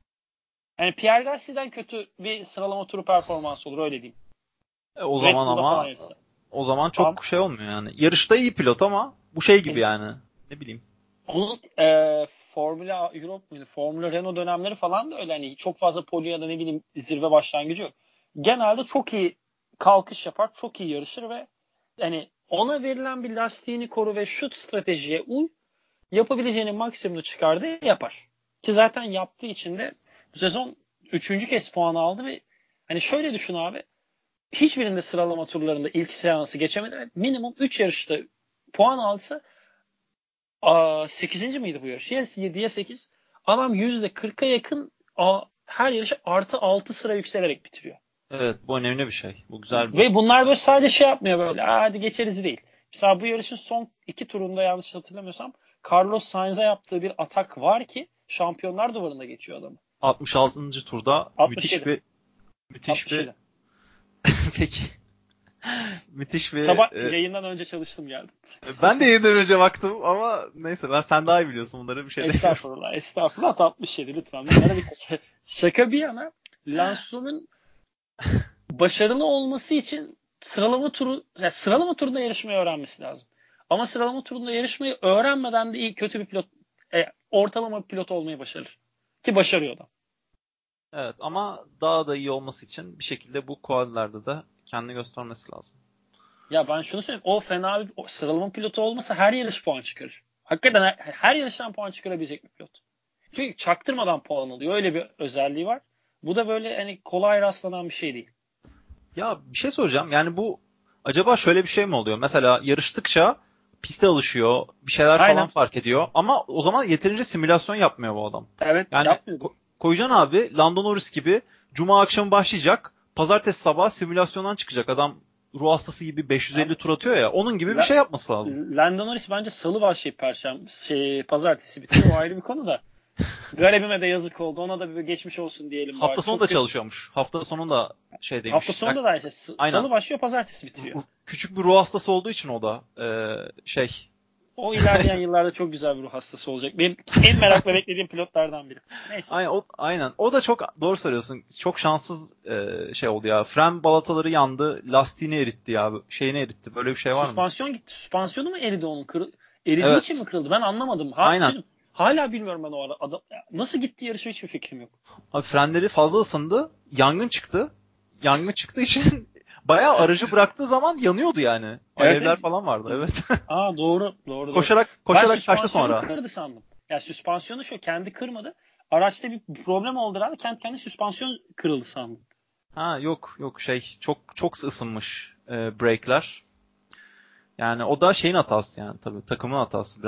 Yani Pierre Gasly'den kötü bir sıralama turu performansı olur, öyle diyeyim. O Red zaman Bull'da falan ama yarışsa. o zaman Ama çok şey olmuyor yani. Yarışta iyi pilot ama bu şey gibi yani. Ne bileyim. onun Formula Europe muydu? Formula Renault dönemleri falan da öyle. Hani çok fazla poli ya da ne bileyim zirve başlangıcı yok. Genelde çok iyi kalkış yapar, çok iyi yarışır ve hani ona verilen bir lastiğini koru ve şut stratejiye uy, yapabileceğinin maksimumunu çıkardığı yapar. Ki zaten yaptığı için de bu sezon 3. kez puan aldı ve hani şöyle düşün abi, hiçbirinde sıralama turlarında ilk seansı geçemedi ve minimum 3 yarışta puan aldıysa 8. miydi bu yarış? Ya 7 ya 8. Adam %40'a yakın her yarışı artı 6 sıra yükselerek bitiriyor. Evet, bu önemli bir şey. Bu güzel bir. Ve bunlar böyle sadece şey yapmıyor böyle. Hadi geçeriz değil. Mesela bu yarışın son 2 turunda yanlış hatırlamıyorsam Carlos Sainz'a yaptığı bir atak var ki şampiyonlar duvarına geçiyor adamı. 66. turda 67. müthiş bir peki. Müthiş bir sabah yayından önce çalıştım geldim. Ben de yayından önce baktım ama neyse sen daha iyi biliyorsun bunları, bir şey demiyorum. Estağfurullah 67 lütfen. Bunlara bir şaka bir yana Lance'un başarılı olması için sıralama turunda yarışmayı öğrenmesi lazım. Ama sıralama turunda yarışmayı öğrenmeden de iyi kötü bir pilot, ortalama bir pilot olmayı başarır. Ki başarıyor da. Evet ama daha da iyi olması için bir şekilde bu quali'lerde de kendini göstermesi lazım. Ya ben şunu söyleyeyim. O fena bir sıralama pilotu olmasa her yarış puan çıkarır. Hakikaten her yarıştan puan çıkarabilecek bir pilot. Çünkü çaktırmadan puan alıyor. Öyle bir özelliği var. Bu da böyle hani kolay rastlanan bir şey değil. Ya bir şey soracağım. Yani bu acaba şöyle bir şey mi oluyor? Mesela yarıştıkça piste alışıyor, bir şeyler Aynen. falan fark ediyor. Ama o zaman yeterince simülasyon yapmıyor bu adam. Evet, yani yapmıyordur. Koyacaksın abi, Lando Norris gibi Cuma akşamı başlayacak. Pazartesi sabah simülasyondan çıkacak. Adam ruh hastası gibi 550 tur atıyor ya. Onun gibi bir şey yapması lazım. Lando Norris bence salı başlayıp pazartesi bitiyor. O ayrı bir konu da. Garibime de yazık oldu. Ona da bir geçmiş olsun diyelim. Hafta sonu da çalışıyormuş. Hafta sonu da demiş. Hafta sonunda da işte salı başlıyor, pazartesi bitiyor. Küçük bir ruh hastası olduğu için o da O ilerleyen yıllarda çok güzel bir ruh hastası olacak. Benim en merakla beklediğim pilotlardan biri. Neyse. Aynen. O da çok doğru söylüyorsun. Çok şanssız oldu ya. Fren balataları yandı. Lastiğini eritti ya. Şeyini eritti. Böyle bir şey var mı? Süspansiyon gitti. Süspansiyonu mu eridi onun? Eridiği Evet. için mi kırıldı? Ben anlamadım. Aynen. Hala bilmiyorum ben o ara. Nasıl gitti yarışa hiçbir fikrim yok. Abi frenleri fazla ısındı. Yangın çıktı. Yangın çıktığı için bayağı aracı bıraktığı zaman yanıyordu yani. Alevler falan vardı. Evet. Doğru. Koşarak kaçtı sonra. Kırdı sandım. Ya süspansiyonu kendi kırmadı. Araçta bir problem oldu herhalde. Kendi süspansiyon kırıldı sandım. Ha yok çok ısınmış brake'ler. Yani o da şeyin hatası yani tabii, takımın hatası,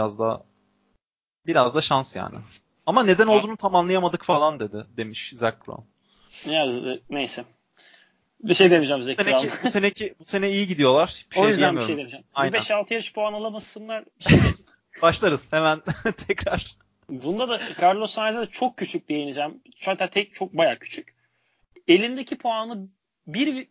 biraz da şans yani. Ama neden olduğunu tam anlayamadık falan demiş Zac Brown. Neyse. Bir şey demeyeceğim Zac Brown. Bu sene iyi gidiyorlar. O yüzden bir şey demeyeceğim. Aynen. Bir 5-6 yarış puan alamasınlar. Başlarız hemen tekrar. Bunda da Carlos Sainz'e de çok küçük değineceğim. Hatta bayağı küçük. Elindeki puanı bir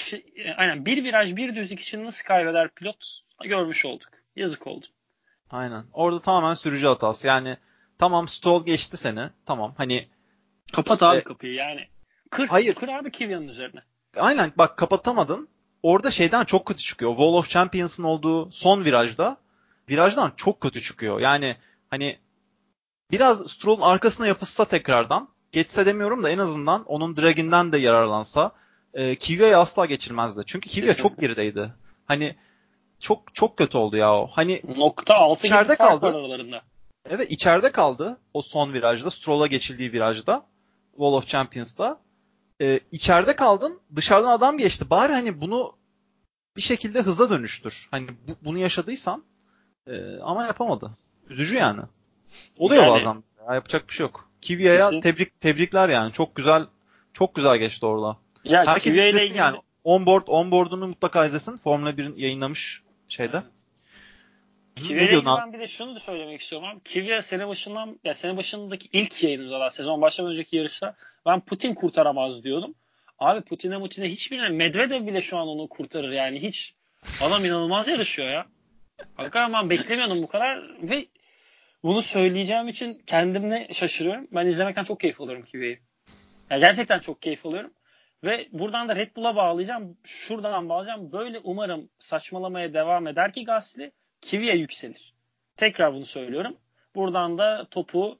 viraj bir düzlük için nasıl kaybeder pilot görmüş olduk. Yazık oldu. Aynen. Orada tamamen sürücü hatası. Yani tamam, Stroll geçti seni. Tamam hani. Kapat abi kapıyı yani. Hayır. Kır abi Kvyat'ın üzerine. Aynen bak, kapatamadın. Orada şeyden çok kötü çıkıyor. Wall of Champions'ın olduğu son virajdan çok kötü çıkıyor. Yani hani biraz Stroll'un arkasına yapışsa tekrardan, geçse demiyorum da en azından onun drag'inden de yararlansa Kvyat'ı asla geçirmezdi. Çünkü Kvyat çok gerideydi. Hani çok kötü oldu ya o. Hani .6 içeride kaldı. Aralarında. Evet, içeride kaldı o son virajda, Stroll'a geçildiği virajda, Wall of Champions'da. İçeride kaldın, dışarıdan adam geçti. Bari hani bunu bir şekilde hıza dönüştür. Hani bunu yaşadıysan ama yapamadı. Üzücü yani. Oluyor bazen. Ya, yapacak bir şey yok. Kvyat'a tebrikler yani. Çok güzel geçti orada. Ya, herkes izlesin yani. Onboard'unu mutlaka izlesin. Formula 1'in yayınlamış şeyde. Kvyat'la ben bir de şunu da söylemek istiyorum abi. Kvyat sene başındaki ilk yayınımızda, sezon başlamadan önceki yarışta ben Putin kurtaramaz diyordum. Abi Putin'e hiç bilmiyorum. Medvedev bile şu an onu kurtarır yani. Hiç. Adam inanılmaz yarışıyor ya. Hakikaten ben beklemiyordum bu kadar ve bunu söyleyeceğim için kendimle şaşırıyorum. Ben izlemekten çok keyif alıyorum Kvyat'ı. Yani gerçekten çok keyif alıyorum. Ve buradan da Red Bull'a bağlayacağım. Şuradan bağlayacağım. Böyle umarım saçmalamaya devam eder ki Gasly, Kvyat yükselir. Tekrar bunu söylüyorum. Buradan da topu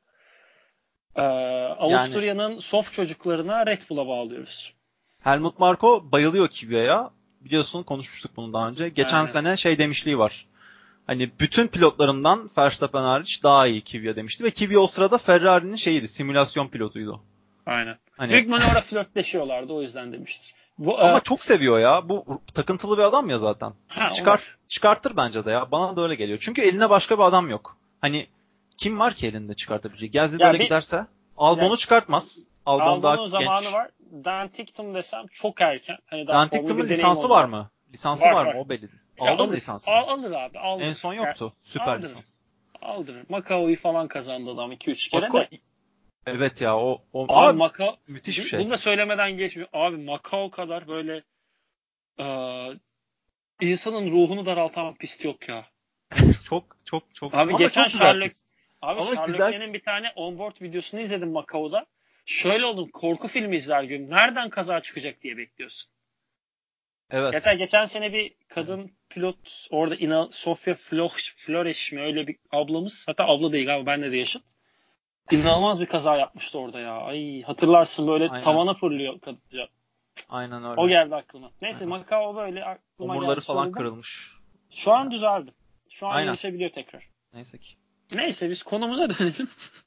Avusturya'nın soft çocuklarına Red Bull'a bağlıyoruz. Helmut Marko bayılıyor Kvyat'a. Biliyorsun, konuşmuştuk bunu daha önce. Geçen sene demişliği var. Hani bütün pilotlarımdan Verstappen hariç daha iyi Kvyat demişti. Ve Kvyat o sırada Ferrari'nin simülasyon pilotuydu. Aynen. Büyük manevra flörtleşiyorlardı, o yüzden demiştir. Ama çok seviyor ya. Bu takıntılı bir adam ya zaten. Çıkartır bence de ya. Bana da öyle geliyor. Çünkü eline başka bir adam yok. Hani kim var ki elinde çıkartabilecek? Gasly böyle giderse Albon'u çıkartmaz. Albon daha genç. Zamanı var. Dan Ticktum desem çok erken. Hani Dan Ticktum'un lisansı var mı? Lisansı var mı? O belli. Aldı mı lisansı? Alır abi. Alır. En son yoktu. Süper lisans. Aldırır. Macao'yu falan kazandı adam 2-3 kere de. Evet ya o abi Macao müthiş bir şey. Bunu da söylemeden geçmiyor. Abi Macao kadar böyle insanın ruhunu daraltan pist yok ya. Çok Abi ama geçen çok güzel pist. Charles Leclerc'in bir tane onboard videosunu izledim Macao'da. Şöyle oldum, korku filmi izler gibi. Nereden kaza çıkacak diye bekliyorsun. Evet. Hatta geçen sene bir kadın pilot orada Sofia Flores mi öyle bir ablamız. Hatta abla değil galiba, benle de yaşıt. İnanılmaz bir kaza yapmıştı orada ya. Ay hatırlarsın, böyle Aynen. Tavana fırlıyor kadınca. Aynen öyle. O geldi aklıma. Neyse Aynen. Macao böyle aklıma Omurları geldi, falan söyledim. kırılmış. Şu an düzeldi. Şu an Aynen. yarışabiliyor tekrar. Neyse ki. Neyse biz konumuza dönelim.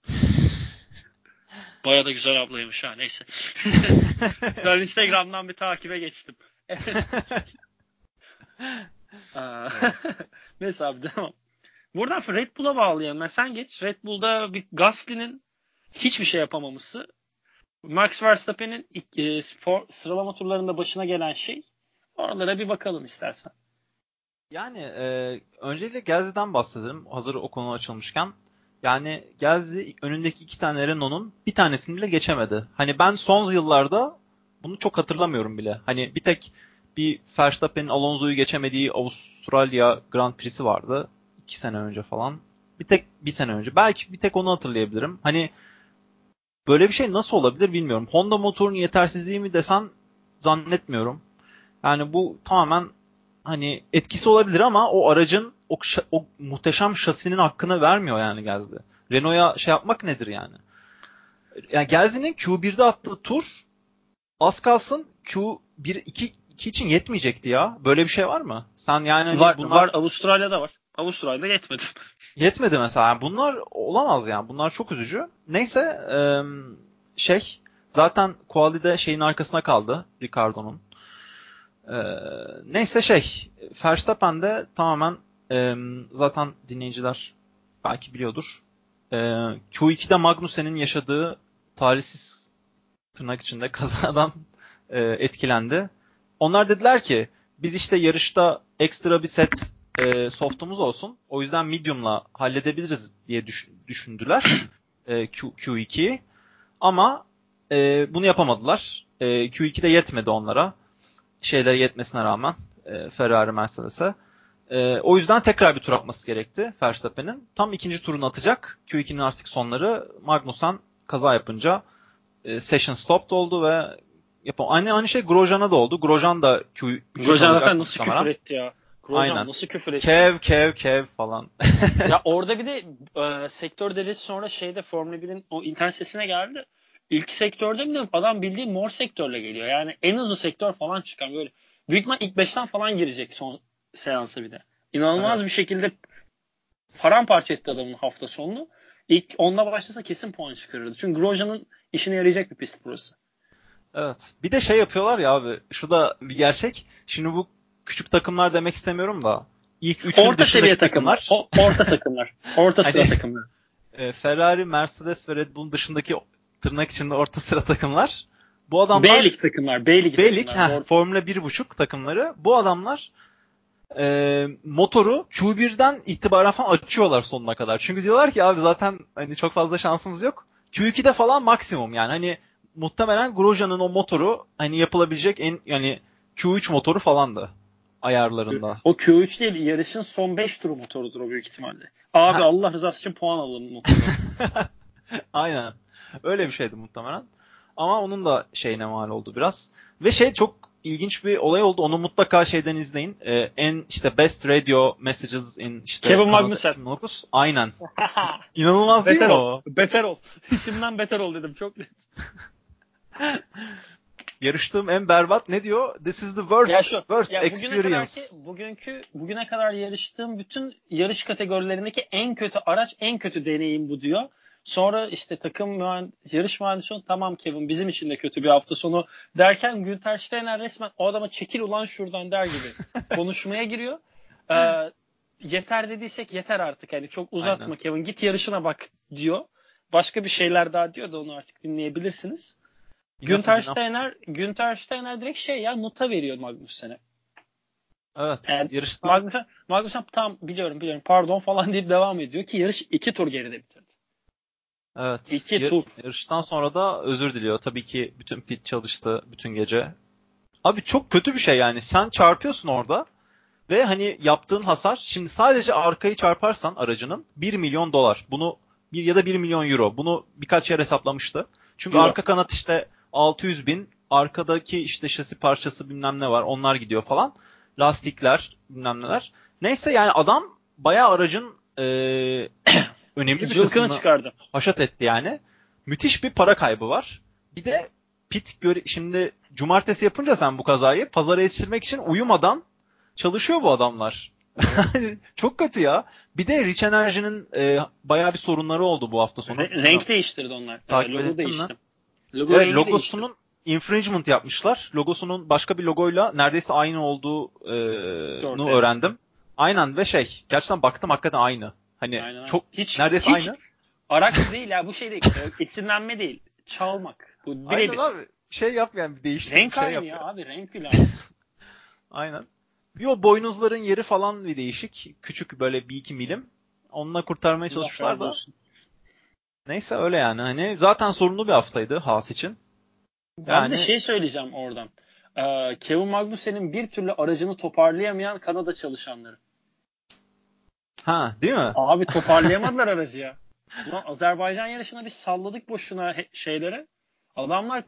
Baya da güzel ablaymış ha, neyse. Ben Instagram'dan bir takibe geçtim. Neyse abi devam. Buradan Red Bull'a bağlayalım. Sen geç. Red Bull'da bir Gasly'nin hiçbir şey yapamaması. Max Verstappen'in sıralama turlarında başına gelen şey. Oralara bir bakalım istersen. Yani öncelikle Gasly'den bahsedelim. Hazır o konu açılmışken. Yani Gasly önündeki 2 tane Renault'un bir tanesini bile geçemedi. Hani ben son yıllarda bunu çok hatırlamıyorum bile. Hani bir tek bir Verstappen'in Alonso'yu geçemediği Avustralya Grand Prix'si vardı. 2 sene önce falan. Bir sene önce. Belki bir tek onu hatırlayabilirim. Hani böyle bir şey nasıl olabilir bilmiyorum. Honda motorunun yetersizliği mi desen zannetmiyorum. Yani bu tamamen hani etkisi olabilir ama o aracın o muhteşem şasinin hakkını vermiyor yani Gasly. Renault'a şey yapmak nedir yani? Yani Gasly'nin Q1'de attığı tur az kalsın Q1-2 için yetmeyecekti ya. Böyle bir şey var mı? Sen yani hani bunlar Var. Avustralya'da var. Avustralya'da yetmedi. yetmedi mesela. Yani bunlar olamaz yani. Bunlar çok üzücü. Neyse zaten quali'de şeyin arkasına kaldı Ricardo'nun. Neyse Verstappen de tamamen zaten dinleyiciler belki biliyordur. Q2'de Magnussen'in yaşadığı talihsiz tırnak içinde kazadan etkilendi. Onlar dediler ki biz işte yarışta ekstra bir set softumuz olsun. O yüzden medium'la halledebiliriz diye düşündüler Q2'yi. Ama bunu yapamadılar. Q2'de yetmedi onlara. Şeyler yetmesine rağmen Ferrari Mercedes'e. O yüzden tekrar bir tur atması gerekti Verstappen'in. Tam ikinci turunu atacak. Q2'nin artık sonları Magnussen kaza yapınca session stopped oldu ve aynı şey Grosjean'a da oldu. Grosjean da Q3'e Grosjean kalacak zaten nasıl küfür muhtemelen. etti ya. Grosjean Aynen. nasıl küfür etti. Kev falan. Ya orada bir de sektör derecesi sonra Formula 1'in o internet sitesine geldi. İlk sektörde mi adam bildiğin mor sektörle geliyor. Yani en hızlı sektör falan çıkan böyle. Büyük ihtimal ilk 5'ten falan girecek son seansa bir de. İnanılmaz Evet. bir şekilde paramparça etti adamın hafta sonunu. İlk 10'da başlasa kesin puan çıkarırdı. Çünkü Grosjean'ın işine yarayacak bir pist burası. Evet. Bir de şey yapıyorlar ya abi. Şu da bir gerçek. Şimdi bu küçük takımlar demek istemiyorum da ilk 3'ün Orta seviye dışındaki takımlar. takımlar. Orta takımlar. Orta sıra Hani takımlar. Ferrari, Mercedes ve Red Bull'un dışındaki tırnak içinde orta sıra takımlar. Bu adamlar B-Lig takımlar. B-Lig B-Lig, takımlar. Formula 1.5 takımları. Bu adamlar motoru Q1'den itibaren falan açıyorlar sonuna kadar. Çünkü diyorlar ki abi zaten hani çok fazla şansımız yok. Q2'de falan maksimum yani hani muhtemelen Grosjean'ın o motoru hani yapılabilecek en yani Q3 motoru falandı ayarlarında. O Q3 değil, yarışın son 5 turu motorudur o büyük ihtimalle. Abi Ha. Allah rızası için puan alın motoru. Aynen. Öyle bir şeydi muhtemelen. Ama onun da şeyine mal oldu biraz. Ve çok ilginç bir olay oldu. Onu mutlaka şeyden izleyin. En işte Best Radio Messages in işte Kevin Kanada Magnussen. 2009. Aynen. İnanılmaz değil mi o? Beter ol. İsimden beter ol dedim. Çok net. Yarıştığım en berbat ne diyor? This is the worst experience. Bugüne kadar yarıştığım bütün yarış kategorilerindeki en kötü araç, en kötü deneyim bu diyor. Sonra işte yarış mühendisi tamam Kevin bizim için de kötü bir hafta sonu derken Günther Steiner resmen o adama çekil ulan şuradan der gibi konuşmaya giriyor. Yeter dediysek yeter artık. Yani çok uzatma Aynen. Kevin, git yarışına bak diyor. Başka bir şeyler daha diyor da onu artık dinleyebilirsiniz. Günther Steiner direkt nota veriyor Magnussen'e. Evet. Yani Yarıştan Magnussen tam biliyorum pardon falan deyip devam ediyor ki yarış 2 tur geride bitirdi. evet. 2 tur. Yarıştan sonra da özür diliyor. Tabii ki bütün pit çalıştı bütün gece. Abi çok kötü bir şey yani. Sen çarpıyorsun orada ve hani yaptığın hasar, şimdi sadece arkayı çarparsan aracının 1 milyon dolar. Bunu ya da 1 milyon euro. Bunu birkaç yer hesaplamıştı. Çünkü Euro. arka kanat işte 600 bin, arkadaki işte şasi parçası bilmem ne var, onlar gidiyor falan. Lastikler bilmem neler. Neyse yani adam bayağı aracın önemli bir Cılkını kısmını çıkardı. haşat etti yani. Müthiş bir para kaybı var. Bir de şimdi cumartesi yapınca sen bu kazayı pazara yetiştirmek için uyumadan çalışıyor bu adamlar. Çok kötü ya. Bir de Rich Energy'nin bayağı bir sorunları oldu bu hafta sonu. Renk değiştirdi onlar. Takip Logo ettin mi? değişti. Logo Evet, rengi değişti. logosunun infringement yapmışlar. Logosunun başka bir logoyla neredeyse aynı olduğunu Ortaya. öğrendim. Aynen ve gerçekten baktım hakikaten aynı. Hani Aynen. çok Hiç neredeyse aynı. araç değil ya, bu şey değil. Esinlenme değil. Çalmak. Bu Aynen birebir. abi. Yap yani, bir değiştir, bir Renk şey aynı yap ya ya. abi. Renk bile aynı. Aynen. Bir o boynuzların yeri falan bir değişik. Küçük böyle 1-2 milim. Onunla kurtarmaya Allah çalışmışlar razı da. olsun. Neyse öyle yani. Hani zaten sorunlu bir haftaydı Haas için. Ben bir de Yani şey söyleyeceğim oradan. Kevin Magnussen'in bir türlü aracını toparlayamayan Kanada çalışanları. değil mi? Abi toparlayamadılar aracı ya. Ulan Azerbaycan yarışına biz salladık boşuna şeylere. Adamlar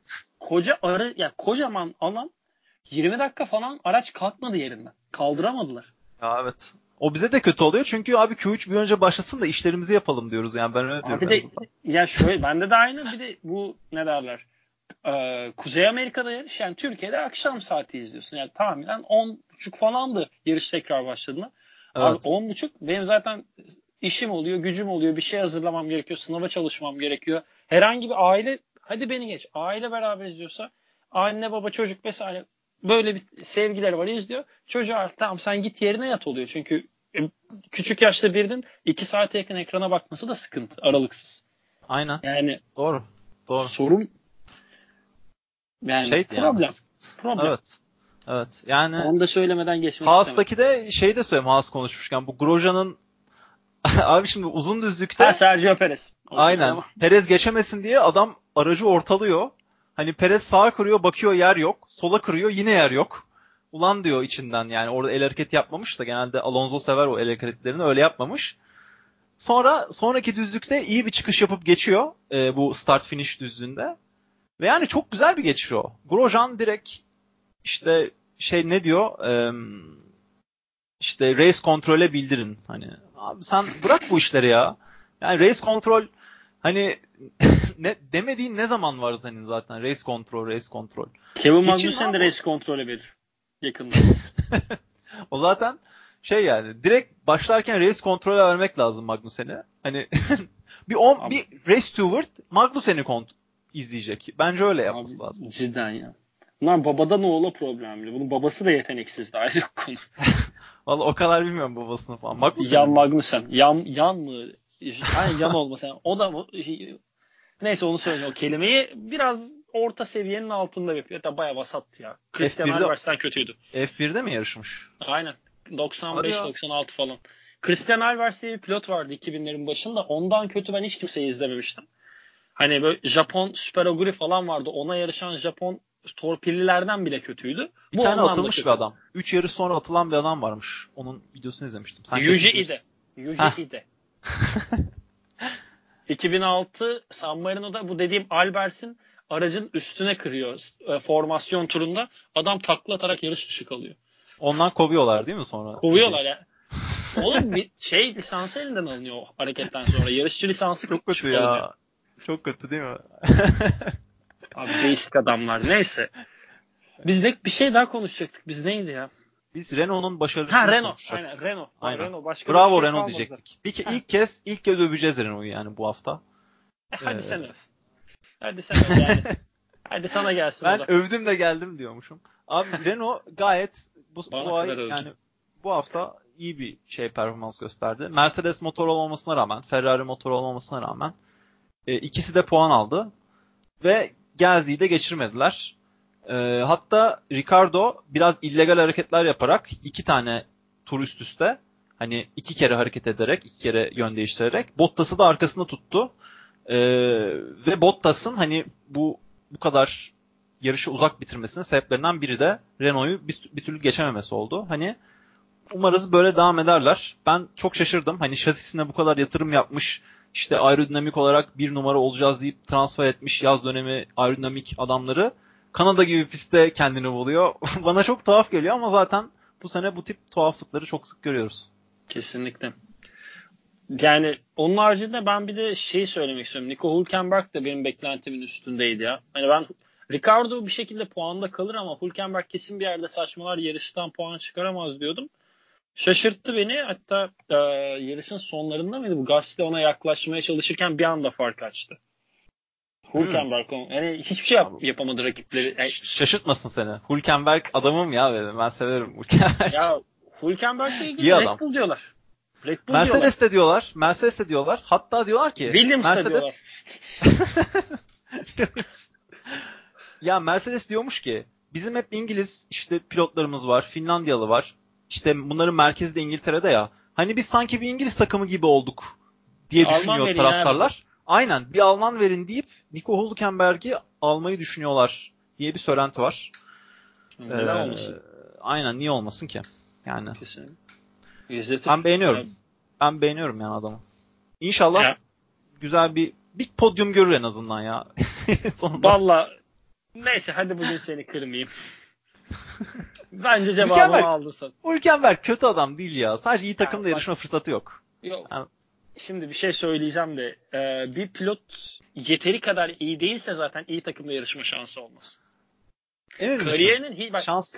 kocaman alan 20 dakika falan araç kalkmadı yerinden. Kaldıramadılar. Ya evet. O bize de kötü oluyor çünkü abi Q3 bir önce başlasın da işlerimizi yapalım diyoruz, yani ben öyle diyorum Abi en de azından. ya şöyle bende de aynı, bir de bu ne derler? Kuzey Amerika'da yarış, yani Türkiye'de akşam saati izliyorsun. Yani tahminen 10.30 falandı yarış tekrar başladığında. Abi Evet. 10.30 benim zaten işim oluyor, gücüm oluyor, bir şey hazırlamam gerekiyor, sınava çalışmam gerekiyor. Herhangi bir aile, hadi beni geç, aile beraber izliyorsa, anne baba çocuk vesaire, böyle bir sevgileri var, izliyor. Çocuğa tamam sen git yerine yat oluyor. Çünkü küçük yaşta birinin 2 saate yakın ekrana bakması da sıkıntı aralıksız. Aynen. Yani Doğru. Doğru. sorun, yani Yani. problem. Problem. Evet. Evet. Yani Onu da söylemeden geçmek istemedim. Haas'taki de de söyleyeyim, Haas konuşmuşken, bu Grosjean'ın abi şimdi uzun Ha, düzlükte Sergio Perez. Okey, aynen tamam. Perez geçemesin diye adam aracı ortalıyor. Hani Perez sağa kırıyor, bakıyor yer yok. Sola kırıyor, yine yer yok. Ulan diyor içinden, yani orada el hareketi yapmamış da, genelde Alonso sever o el hareketlerini, öyle yapmamış. Sonraki düzlükte iyi bir çıkış yapıp geçiyor bu start finish düzlüğünde. Ve yani çok güzel bir geçiş o. Grosjean direkt işte ne diyor? İşte race kontrole bildirin. Hani abi sen bırak bu işleri ya. Yani race kontrol, hani ne demediğin ne zaman var senin zaten, race kontrol. Kevin Geçin Magnussen lan de bu. race kontrolü verir yakında. O zaten yani direkt başlarken race kontrole vermek lazım Magnussen'e. Hani Abi, bir race steward Magnussen'i izleyecek. Bence öyle abi yapması lazım. cidden ya. Bunlar babadan oğula problemli. Bunun babası da yeteneksizdi, ayrı bir konu. Vallahi o kadar bilmiyorum babasını falan. Jan Magnussen'in mi? Magnussen. Yan mı? Aynen, Yan olmasa. Yani o da neyse, onu söyleyeceğim. O kelimeyi biraz orta seviyenin altında yapıyor. Hatta bayağı vasattı ya. Christian F1'de Alvares'ten kötüydü. F1'de mi yarışmış? Aynen. Hadi ya. 95-96 falan. Christian Alvares diye bir pilot vardı 2000'lerin başında. Ondan kötü ben hiç kimseyi izlememiştim. Hani böyle Japon Super Aguri falan vardı. Ona yarışan Japon torpillilerden bile kötüydü. Bir Bu tane ondan da atılmış bir kötü. adam. 3 yarış sonra atılan bir adam varmış. Onun videosunu izlemiştim. Sen kesin Yuji Ide. bilirsin. Yuji Heh. Ide. 2006 San Marino'da bu dediğim Albers'in aracın üstüne kırıyor formasyon turunda. Adam takla atarak yarış dışı kalıyor. Ondan kovuyorlar değil mi sonra Kovuyorlar Yuji'yi? ya. Oğlum bir lisansı elinden alınıyor o hareketten sonra. Yarışçı lisansı Çok kötü alınıyor. ya. Çok kötü değil mi? Abi değişik adamlar. Neyse. Biz de bir şey daha konuşacaktık. Biz neydi ya? Biz Renault'un Ha, başarısını Renault. Aynen, konuşacaktık. Renault. Aynen. Renault. Başka da bir Bravo şey Renault kalmadı zaten. diyecektik. Ha. İlk kez öveceğiz Renault'u yani bu hafta. Hadi sen öv. Hadi sen öv yani. Hadi sana gelsin o da. Ben övdüm de geldim diyormuşum. Abi Renault gayet Bana bu kadar ay, övdün. yani bu hafta iyi bir performans gösterdi. Mercedes motor olmamasına rağmen, Ferrari motor olmamasına rağmen ikisi de puan aldı ve Gazi'yi de geçirmediler. Hatta Ricardo biraz illegal hareketler yaparak 2 tane tur üst üste, hani 2 kere hareket ederek, 2 kere yön değiştirerek Bottas'ı da arkasında tuttu. Ve Bottas'ın hani bu kadar yarışı uzak bitirmesinin sebeplerinden biri de Renault'u bir türlü geçememesi oldu. Hani umarız böyle devam ederler. Ben çok şaşırdım. Hani şasisine bu kadar yatırım yapmış, işte aerodinamik olarak bir numara olacağız deyip transfer etmiş yaz dönemi aerodinamik adamları Kanada gibi pistte kendini buluyor. Bana çok tuhaf geliyor ama zaten bu sene bu tip tuhaflıkları çok sık görüyoruz. Kesinlikle. Yani onun haricinde ben bir de şey söylemek istiyorum. Nico Hülkenberg de benim beklentimin üstündeydi ya. Hani ben Ricardo bir şekilde puanda kalır ama Hülkenberg kesin bir yerde saçmalar, yarıştan puan çıkaramaz diyordum. Şaşırttı beni. Hatta yarışın sonlarında mıydı? Bu Gasly ona yaklaşmaya çalışırken bir anda fark açtı. Hülkenberg yani hiçbir şey yapamadı rakipleri. Yani, şaşırtmasın seni. Hülkenberg adamım ya benim. Ben severim Hülkenberg. Ya Hülkenberg'le ilgili Red Bull diyorlar. Mercedes de diyorlar. Mercedes de diyorlar. Hatta diyorlar ki Williams Mercedes diyorlar. Ya Mercedes diyormuş ki bizim hep İngiliz işte pilotlarımız var. Finlandiyalı var. İşte bunların merkezi de İngiltere'de ya. Hani biz sanki bir İngiliz takımı gibi olduk diye düşünüyor taraftarlar. Aynen, bir Alman verin deyip Nico Hülkenberg'i almayı düşünüyorlar diye bir söylenti var. Neden olmasın? Aynen, niye olmasın ki? Yani. İzletir. Ben beğeniyorum. Ben beğeniyorum yani adamı. İnşallah güzel bir podyum görür en azından ya. Valla neyse, hadi bugün seni kırmayayım. Bence cevabını aldın sen. Hülkenberg kötü adam değil ya. Sadece iyi takımda yarışma fırsatı yok. Yok. Yani, şimdi bir şey söyleyeceğim de bir pilot yeteri kadar iyi değilse zaten iyi takımda yarışma şansı olmaz. Kariyerinin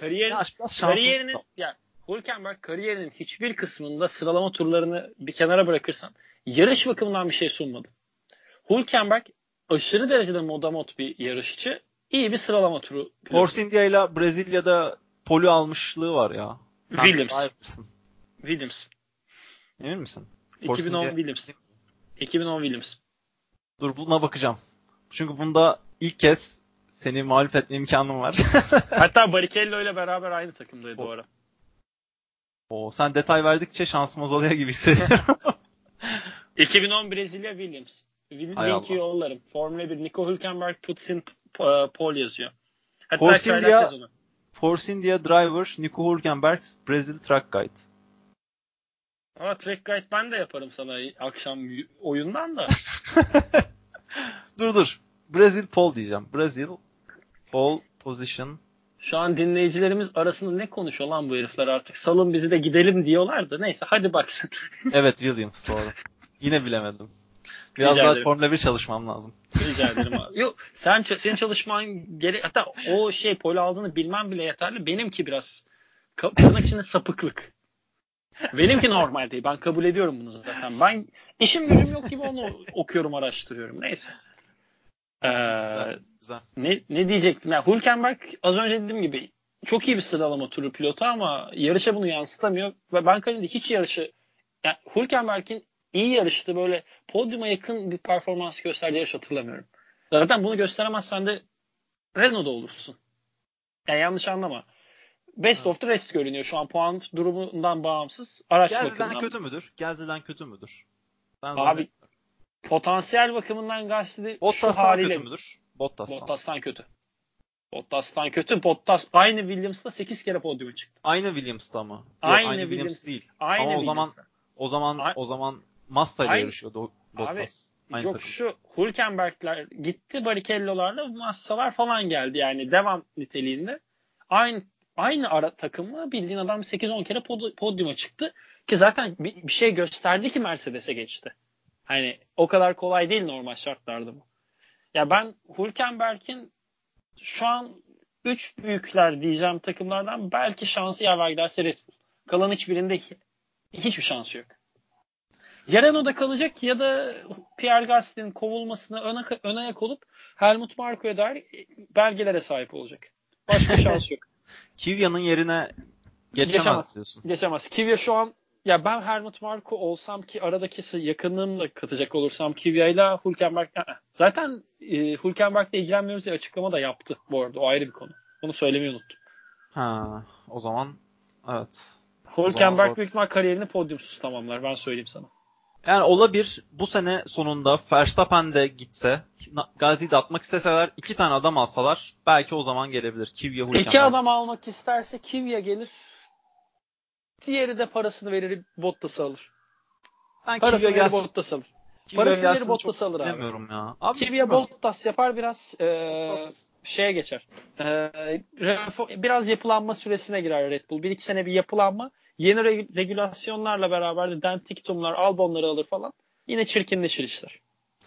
Hülkenberg kariyerinin hiçbir kısmında sıralama turlarını bir kenara bırakırsan yarış bakımından bir şey sunmadı. Hülkenberg aşırı derecede modamot bir yarışçı. İyi bir sıralama turu pilotu. Force India ile Brezilya'da poli almışlığı var ya. Sen Williams. Emin misin? 2010 Williams. 2010 Williams. Dur, buna bakacağım. Çünkü bunda ilk kez seni mağlup etme imkanım var. Hatta Barrichello ile beraber aynı takımdaydı o ara. Sen detay verdikçe şansım azalıyor gibi hissediyorum. 2010 Brezilya Williams. Linki yollarım. Formula 1 Nico Hülkenberg puts in pole yazıyor. Hatta Force India Driver Nico Hülkenberg Brazil Track Guide. Ama Track Guide ben de yaparım sana akşam oyundan da. Dur. Brazil pole diyeceğim. Brazil pole position. Şu an dinleyicilerimiz arasında ne konuşuyor lan bu herifler artık? Salın bizi de gidelim diyorlardı. Neyse hadi baksın. Evet, Williams doğru. Yine bilemedim. Biraz daha Formula 1 çalışmam lazım. Rica ederim abi. Yok, senin çalışman hatta o pole aldığını bilmem bile yeterli. Benimki biraz tırnak içinde sapıklık. Benimki normal değil. Ben kabul ediyorum bunu zaten. Ben işim gücüm yok gibi onu okuyorum, araştırıyorum. Neyse. Güzel. Ne diyecektim? Yani Hülkenberg az önce dediğim gibi çok iyi bir sıralama turu pilotu ama yarışa bunu yansıtamıyor. Ve ben kariyerinde hiç yarışı, yani Hülkenberg'in iyi yarıştı, böyle podyuma yakın bir performans gösterdiği yarış hatırlamıyorum. Zaten bunu gösteremezsen de Renault'da olursun. Yani yanlış anlama. Best of the rest görünüyor şu an puan durumundan bağımsız. Araç bakımından. Gasly'den kötü müdür? Abi potansiyel bakımından Gasly Bottas'tan kötü müdür? Bottas'tan kötü. Bottas aynı Williams'ta 8 kere podyuma çıktı. Aynı Williams'ta mı? Aynı Williams değil. Ama o zaman Massa ile yarışıyordu Bottas. Abi, yok takım. Şu Hülkenberg'ler gitti, Barrichello'larla Massa'lar falan geldi. Yani devam niteliğinde. Aynı takımla bildiğin adam 8-10 kere podyuma çıktı. Ki zaten bir şey gösterdi ki Mercedes'e geçti. Hani o kadar kolay değil normal şartlarda bu. Ya ben Hülkenberg'in şu an 3 büyükler diyeceğim takımlardan belki şansı yaver giderse Red Bull. Kalan hiçbirinde hiçbir şansı yok. Ya Renault'da kalacak ya da Pierre Gasly'nin kovulmasına ön ayak olup Helmut Marko'ya dair belgelere sahip olacak. Başka şansı yok. Kvyat'ın yerine geçemez diyorsun. Geçemez. Kvyat şu an, ya ben Helmut Marko olsam ki aradaki yakınlığımla katacak olursam Kvyat'la Hülkenberg zaten Hülkenberg'le ilgilenmiyoruz diye açıklama da yaptı bu arada. O ayrı bir konu. Onu söylemeyi unuttum. Ha, o zaman evet. Hülkenberg büyük ihtimal kariyerini podyumsuz tamamlar. Ben söyleyeyim sana. Yani olabilir. Bu sene sonunda Verstappen de gitse, Gazi'yi de atmak isteseler, 2 tane adam alsalar belki o zaman gelebilir. Kvyat, Hülkenberg. 2 adam almak isterse Kvyat gelir. Diğeri de parasını verir Bottas'ı alır. Parasını verir Bottas'ı alır. Parasını verir Bottas'ı alır abi. Bilemiyorum ya. Kvyat Bottas yapar biraz şeye geçer. Biraz yapılanma süresine girer Red Bull. 1-2 sene bir yapılanma. Yeni regülasyonlarla beraber de Dentictum'lar, Albon'ları alır falan. Yine çirkinleşir işler.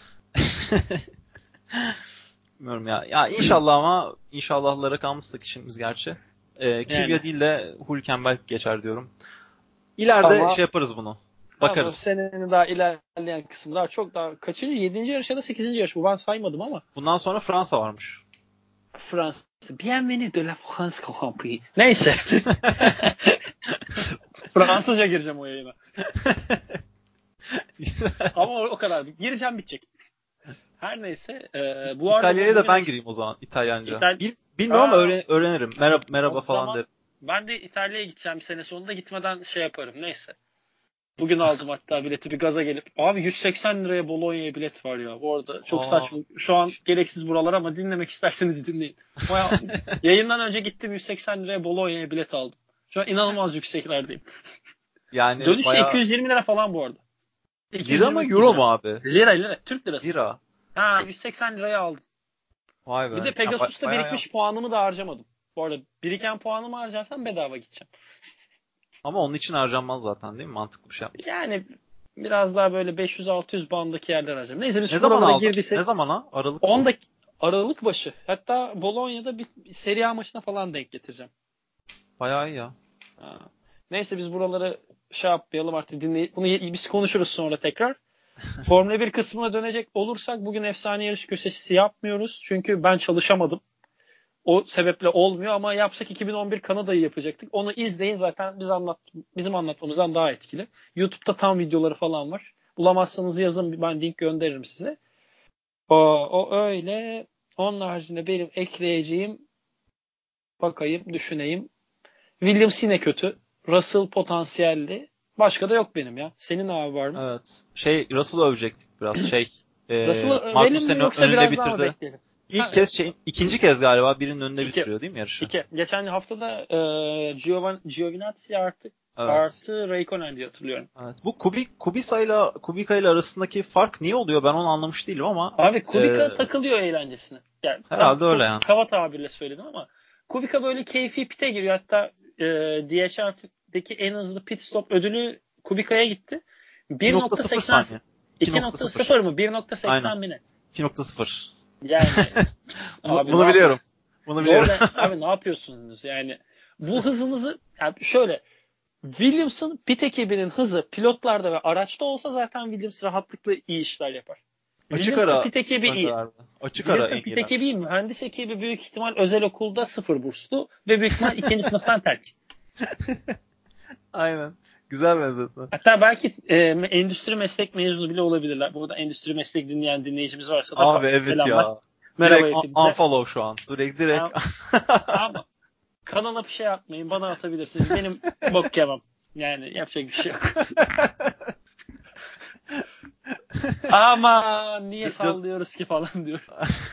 Bilmiyorum ya. Ya inşallah ama inşallahlara kalmıştık işimiz gerçi. Kvyat değil de Hülkenberg geçer diyorum. İleride ama, şey yaparız bunu. Bakarız. Ama senenin daha ilerleyen kısmı daha çok daha kaçıncı? 7. yarış ya da 8. yarış. Bu ben saymadım ama. Bundan sonra Fransa varmış. Fransa. Bienvenue de la France Grand Prix. Neyse. Fransızca gireceğim o yayına. Ama o kadar. Gireceğim bitecek. Her neyse. Bu İtalya'ya da ben gireyim o zaman. İtalyanca. Bilmiyorum ama öğrenirim. Merhaba falan derim. Ben de İtalya'ya gideceğim bir sene sonunda. Gitmeden şey yaparım. Neyse. Bugün aldım hatta bileti bir gaza gelip. Abi 180 liraya Bologna'ya bilet var ya. Bu arada çok saçma. Şu an gereksiz buralar ama dinlemek isterseniz dinleyin. Yayından önce gittim 180 liraya Bologna'ya bilet aldım. Şu an inanılmaz yükseklerdeyim. Yani dönüşü bayağı... 220 lira falan bu arada. Lira mı euro mu abi? Lira. Türk lirası. Lira. Ha 180 liraya aldım. Vay be. Bir de Pegasus'ta birikmiş puanımı da harcamadım. Bu arada biriken puanımı harcarsam bedava gideceğim. Ama onun için harcanmaz zaten değil mi? Mantıklı bir şey yapmışsın. Yani biraz daha böyle 500-600 bandaki yerler harcayacağım. Neyse biz ne zaman aldın? Ne zamana? Aralık 10 Aralık başı. Hatta Bologna'da bir Serie A maçına falan denk getireceğim. Bayağı iyi ya. Neyse biz buraları şey yapmayalım artık dinleyip bunu biz konuşuruz sonra tekrar. Formula 1 kısmına dönecek olursak bugün efsane yarış köşesi yapmıyoruz. Çünkü ben çalışamadım. O sebeple olmuyor ama yapsak 2011 Kanada'yı yapacaktık. Onu izleyin zaten bizim anlatmamızdan daha etkili. YouTube'da tam videoları falan var. Bulamazsanız yazın ben link gönderirim size. O öyle. Onun haricinde benim ekleyeceğim bakayım düşüneyim. Williams yine kötü. Russell potansiyelli. Başka da yok benim ya. Senin abi var mı? Evet. Russell'ı övecektik biraz. Russell'ı övelim mi yoksa biraz bitirdi. Daha mı bekleyelim? İkinci kez galiba birinin önünde bitiriyor değil mi yarışı? Geçen haftada Giovinazzi artı Raikkonen diye hatırlıyorum. Evet. Bu Kubica ile arasındaki fark niye oluyor? Ben onu anlamış değilim ama. Abi Kubica takılıyor eğlencesine. Yani herhalde öyle yani. Kaba tabirle söyledim ama Kubica böyle keyfi pite giriyor. Hatta DHR'daki en hızlı pit stop ödülü Kubica'ya gitti. 1.0 saniye. 2.0 mı? 1.80 mi ne? 2.0. Yani abi, bunu biliyorum. Bunu biliyorum. Abi ne yapıyorsunuz? Yani bu hızınızı yani şöyle Williams'ın pit ekibinin hızı pilotlarda ve araçta olsa zaten Williams rahatlıkla iyi işler yapar. Açık ara pit ekibi iyi. Açık ara iyi. Pit ekibi iyi. Mühendis ekibi büyük ihtimal özel okulda 0 burslu ve büyük ihtimal 2. sınıftan terk. Aynen. Güzel benzetme. Hatta belki endüstri meslek mezunu bile olabilirler. Burada endüstri meslek dinleyen dinleyicimiz varsa da abi evet selamlar. Ya. Merhaba direkt unfollow şu an. Direkt. Ama kanala bir şey atmayın. Bana atabilirsiniz. Benim bok yemem. Yani yapacak bir şey yok. Ama niye sallıyoruz ki falan diyor.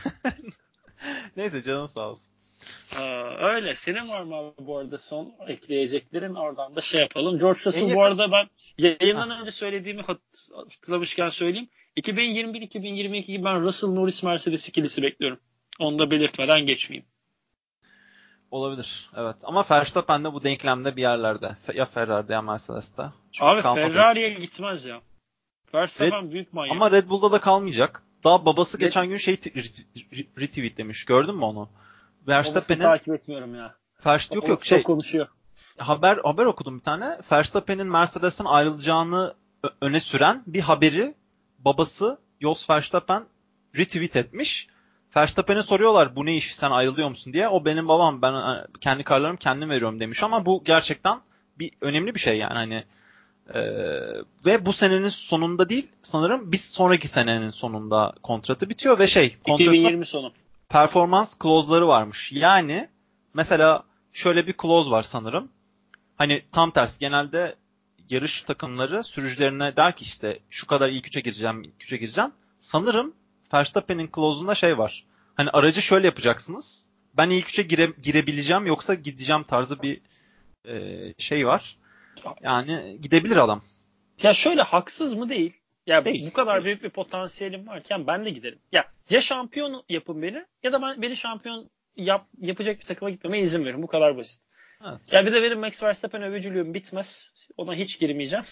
Neyse canın sağ olsun. Öyle. Senin var mı abi bu arada son ekleyeceklerin? Oradan da şey yapalım. George Russell bu arada ben yayından önce söylediğimi hatırlamışken söyleyeyim. 2021-2022 gibi ben Russell Norris Mercedes ikilisi bekliyorum. Onu da belirtmeden geçmeyeyim. Olabilir. Evet. Ama Verstappen de bu denklemde bir yerlerde. Ya Ferrari'de ya Mercedes'te. Abi Ferrari'ye gitmez ya. Verstappen büyük manyak. Ama Red Bull'da da kalmayacak. Daha babası geçen gün retweetlemiş. Gördün mü onu? Verstappen'in takip etmiyorum ya. Yok konuşuyor. Haber okudum bir tane. Verstappen'in Mercedes'ten ayrılacağını öne süren bir haberi babası Jos Verstappen retweet etmiş. Verstappen'e soruyorlar bu ne iş sen ayrılıyor musun diye. O benim babam ben kendi kararlarımı kendim veriyorum demiş ama bu gerçekten önemli bir şey yani hani ve bu senenin sonunda değil sanırım biz sonraki senenin sonunda kontratı bitiyor ve 2020 sonu. Performans clause'ları varmış. Yani Mesela şöyle bir clause var sanırım. Hani tam tersi genelde yarış takımları sürücülerine der ki işte şu kadar ilk üçe gireceğim, ilk üçe gireceğim. Sanırım Verstappen'in clause'unda şey var. Hani aracı şöyle yapacaksınız. Ben ilk üçe girebileceğim yoksa gideceğim tarzı bir şey var. Yani gidebilir adam. Ya şöyle haksız mı değil. Ya Değil. bu kadar Değil. büyük bir potansiyelim varken ben de giderim. Ya şampiyon yapın beni ya da beni şampiyon yapacak bir takıma gitmeme izin verin. Bu kadar basit. Evet. Ya bir de benim Max Verstappen övücülüğüm bitmez. Ona hiç girmeyeceğim.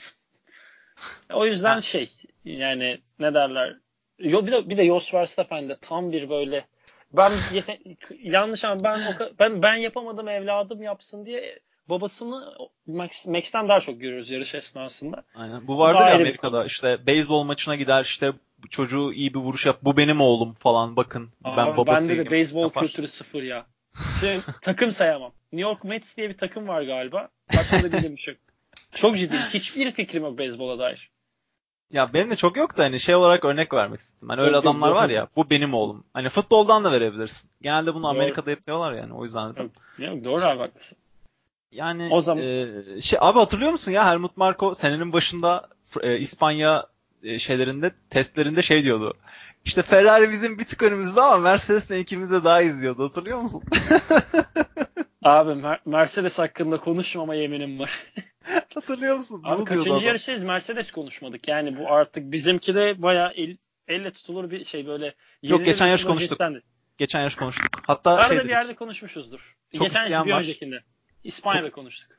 O yüzden yani ne derler? Bir de Jos Verstappen de tam bir böyle ben yanlış ama ben yapamadım evladım yapsın diye babasını Max'ten daha çok görüyoruz yarış esnasında. Aynen. Bu O da vardır ya ayrı bir konu. Amerika'da işte beyzbol maçına gider işte çocuğu iyi bir vuruş yap. Bu benim oğlum falan bakın. Ben Abi bende de babasıyım beyzbol yapar. kültürü sıfır ya. Şimdi takım sayamam. New York Mets diye bir takım var galiba. Başka da bildiğim bir şey yok. Çok ciddiyim. Hiçbir fikrim yok beyzbola dair. Ya benim de çok yok da hani şey olarak örnek vermek istedim. Hani öyle Yok yok adamlar var doğru. ya bu benim oğlum. Hani futboldan da verebilirsin. Genelde bunu Doğru. Amerika'da yapıyorlar yani o yüzden dedim. Yok, doğru abi haklısın. Yani O zaman abi hatırlıyor musun ya Helmut Marko senenin başında İspanya şeylerinde testlerinde şey diyordu. İşte Ferrari bizim bir tık önümüzde ama Mercedes'le ikimiz de daha iyi diyordu. Hatırlıyor musun? abi Mercedes hakkında konuşmama yeminim var. Hatırlıyor musun? Abi Bunu diyordu kaçıncı adam. yarıştayız Mercedes konuşmadık. Yani bu artık bizimki de bayağı elle tutulur bir şey böyle Yok geçen yarış yenilebilir konuştuk. cinstendi. Geçen yarış konuştuk. Hatta şey Arada bir yerde dedik. konuşmuşuzdur. Çok Geçen isteyen bir var. öncekinde. Çok İspanya'da konuştuk.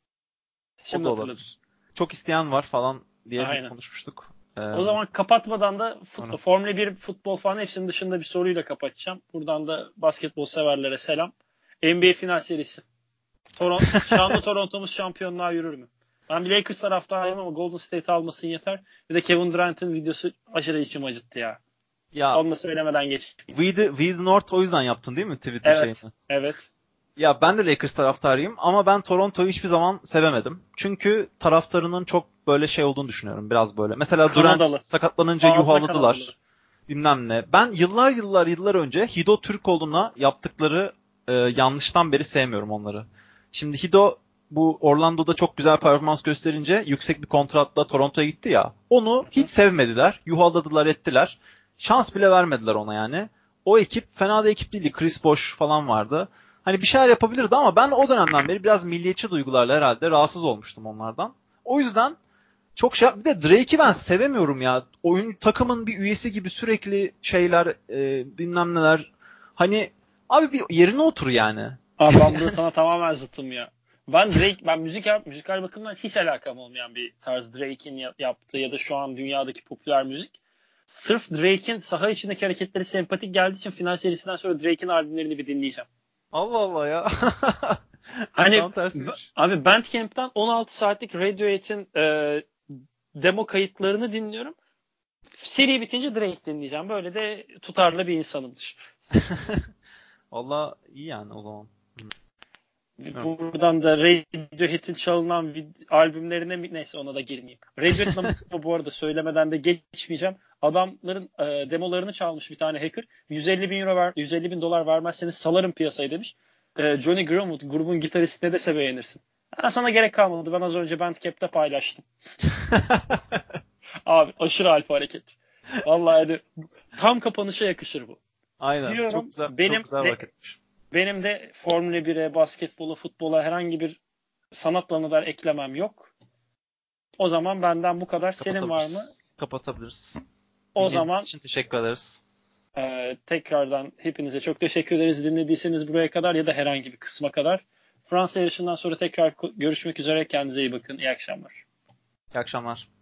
o Şimdi da hatırladım. olabilir. Çok isteyen var falan diye bir Aynen. konuşmuştuk. O zaman kapatmadan da Sonra. Formula 1, futbol falan hepsinin dışında bir soruyla kapatacağım. Buradan da basketbol severlere selam. NBA final serisi. Şanlı Toronto'muz şampiyonluğa yürür mü? Ben bir Lakers taraftarıyım ama Golden State almasın yeter. Bir de Kevin Durant'ın videosu aşırı içim acıttı ya. Ya Onu da söylemeden geç. We the North o yüzden yaptın değil mi Twitter Evet. şeyini? Evet. Ya ben de Lakers taraftarıyım ama ben Toronto'yu hiçbir zaman sevemedim. Çünkü taraftarının çok böyle şey olduğunu düşünüyorum. Biraz böyle. Mesela Durant Kanadalı. sakatlanınca Fazla Kanadalı. yuhaladılar. Bilmem ne. Ben yıllar önce Hido Türkoğlu'na yaptıkları yanlıştan beri sevmiyorum onları. Şimdi Hido bu Orlando'da çok güzel performans gösterince yüksek bir kontratla Toronto'ya gitti ya. Onu hiç sevmediler. Yuhaladılar ettiler. Şans bile vermediler ona yani. O ekip fena da ekip değildi. Chris Bosh falan vardı. Hani bir şeyler yapabilirdi ama ben o dönemden beri biraz milliyetçi duygularla herhalde rahatsız olmuştum onlardan. O yüzden çok şey bir de Drake'i ben sevemiyorum ya. Oyun takımın bir üyesi gibi sürekli şeyler bilmem neler. Hani abi bir yerine otur yani. Abi ben burada sana tamamen zıttım ya. Ben müzikal bakımdan hiç alakam olmayan bir tarz Drake'in yaptığı ya da şu an dünyadaki popüler müzik. Sırf Drake'in saha içindeki hareketleri sempatik geldiği için final serisinden sonra Drake'in albümlerini bir dinleyeceğim. Allah Allah ya. Hani Tam tersiymiş. abi Bandcamp'ten 16 saatlik Radiohead'in demo kayıtlarını dinliyorum. Seri bitince Drake dinleyeceğim. Böyle de tutarlı bir insanımdır. Valla iyi yani o zaman. Bilmiyorum. Buradan da Radiohead'in çalınan albümlerine neyse ona da girmeyeyim. Radiohead'in bu arada söylemeden de geçmeyeceğim. Adamların demolarını çalmış bir tane hacker. 150 bin euro 150 bin dolar vermezseniz salarım piyasayı demiş. Johnny Greenwood grubun gitarist ne dese beğenirsin. Sana gerek kalmadı. Ben az önce Bandcamp'te paylaştım. Abi aşırı alfa hareket. Vallahi de, tam kapanışa yakışır bu. Aynen. Çok Diyorum güzel, çok güzel bir vakitmiş. benim de Formula 1'e, basketbola, futbola herhangi bir sanat dalına da eklemem yok. O zaman benden bu kadar. Senin var mı? Kapatabiliriz. O Dinlediğiniz zaman için teşekkür ederiz. tekrardan hepinize çok teşekkür ederiz dinlediyseniz buraya kadar ya da herhangi bir kısma kadar. Fransa yarışından sonra tekrar görüşmek üzere. Kendinize iyi bakın. İyi akşamlar. İyi akşamlar.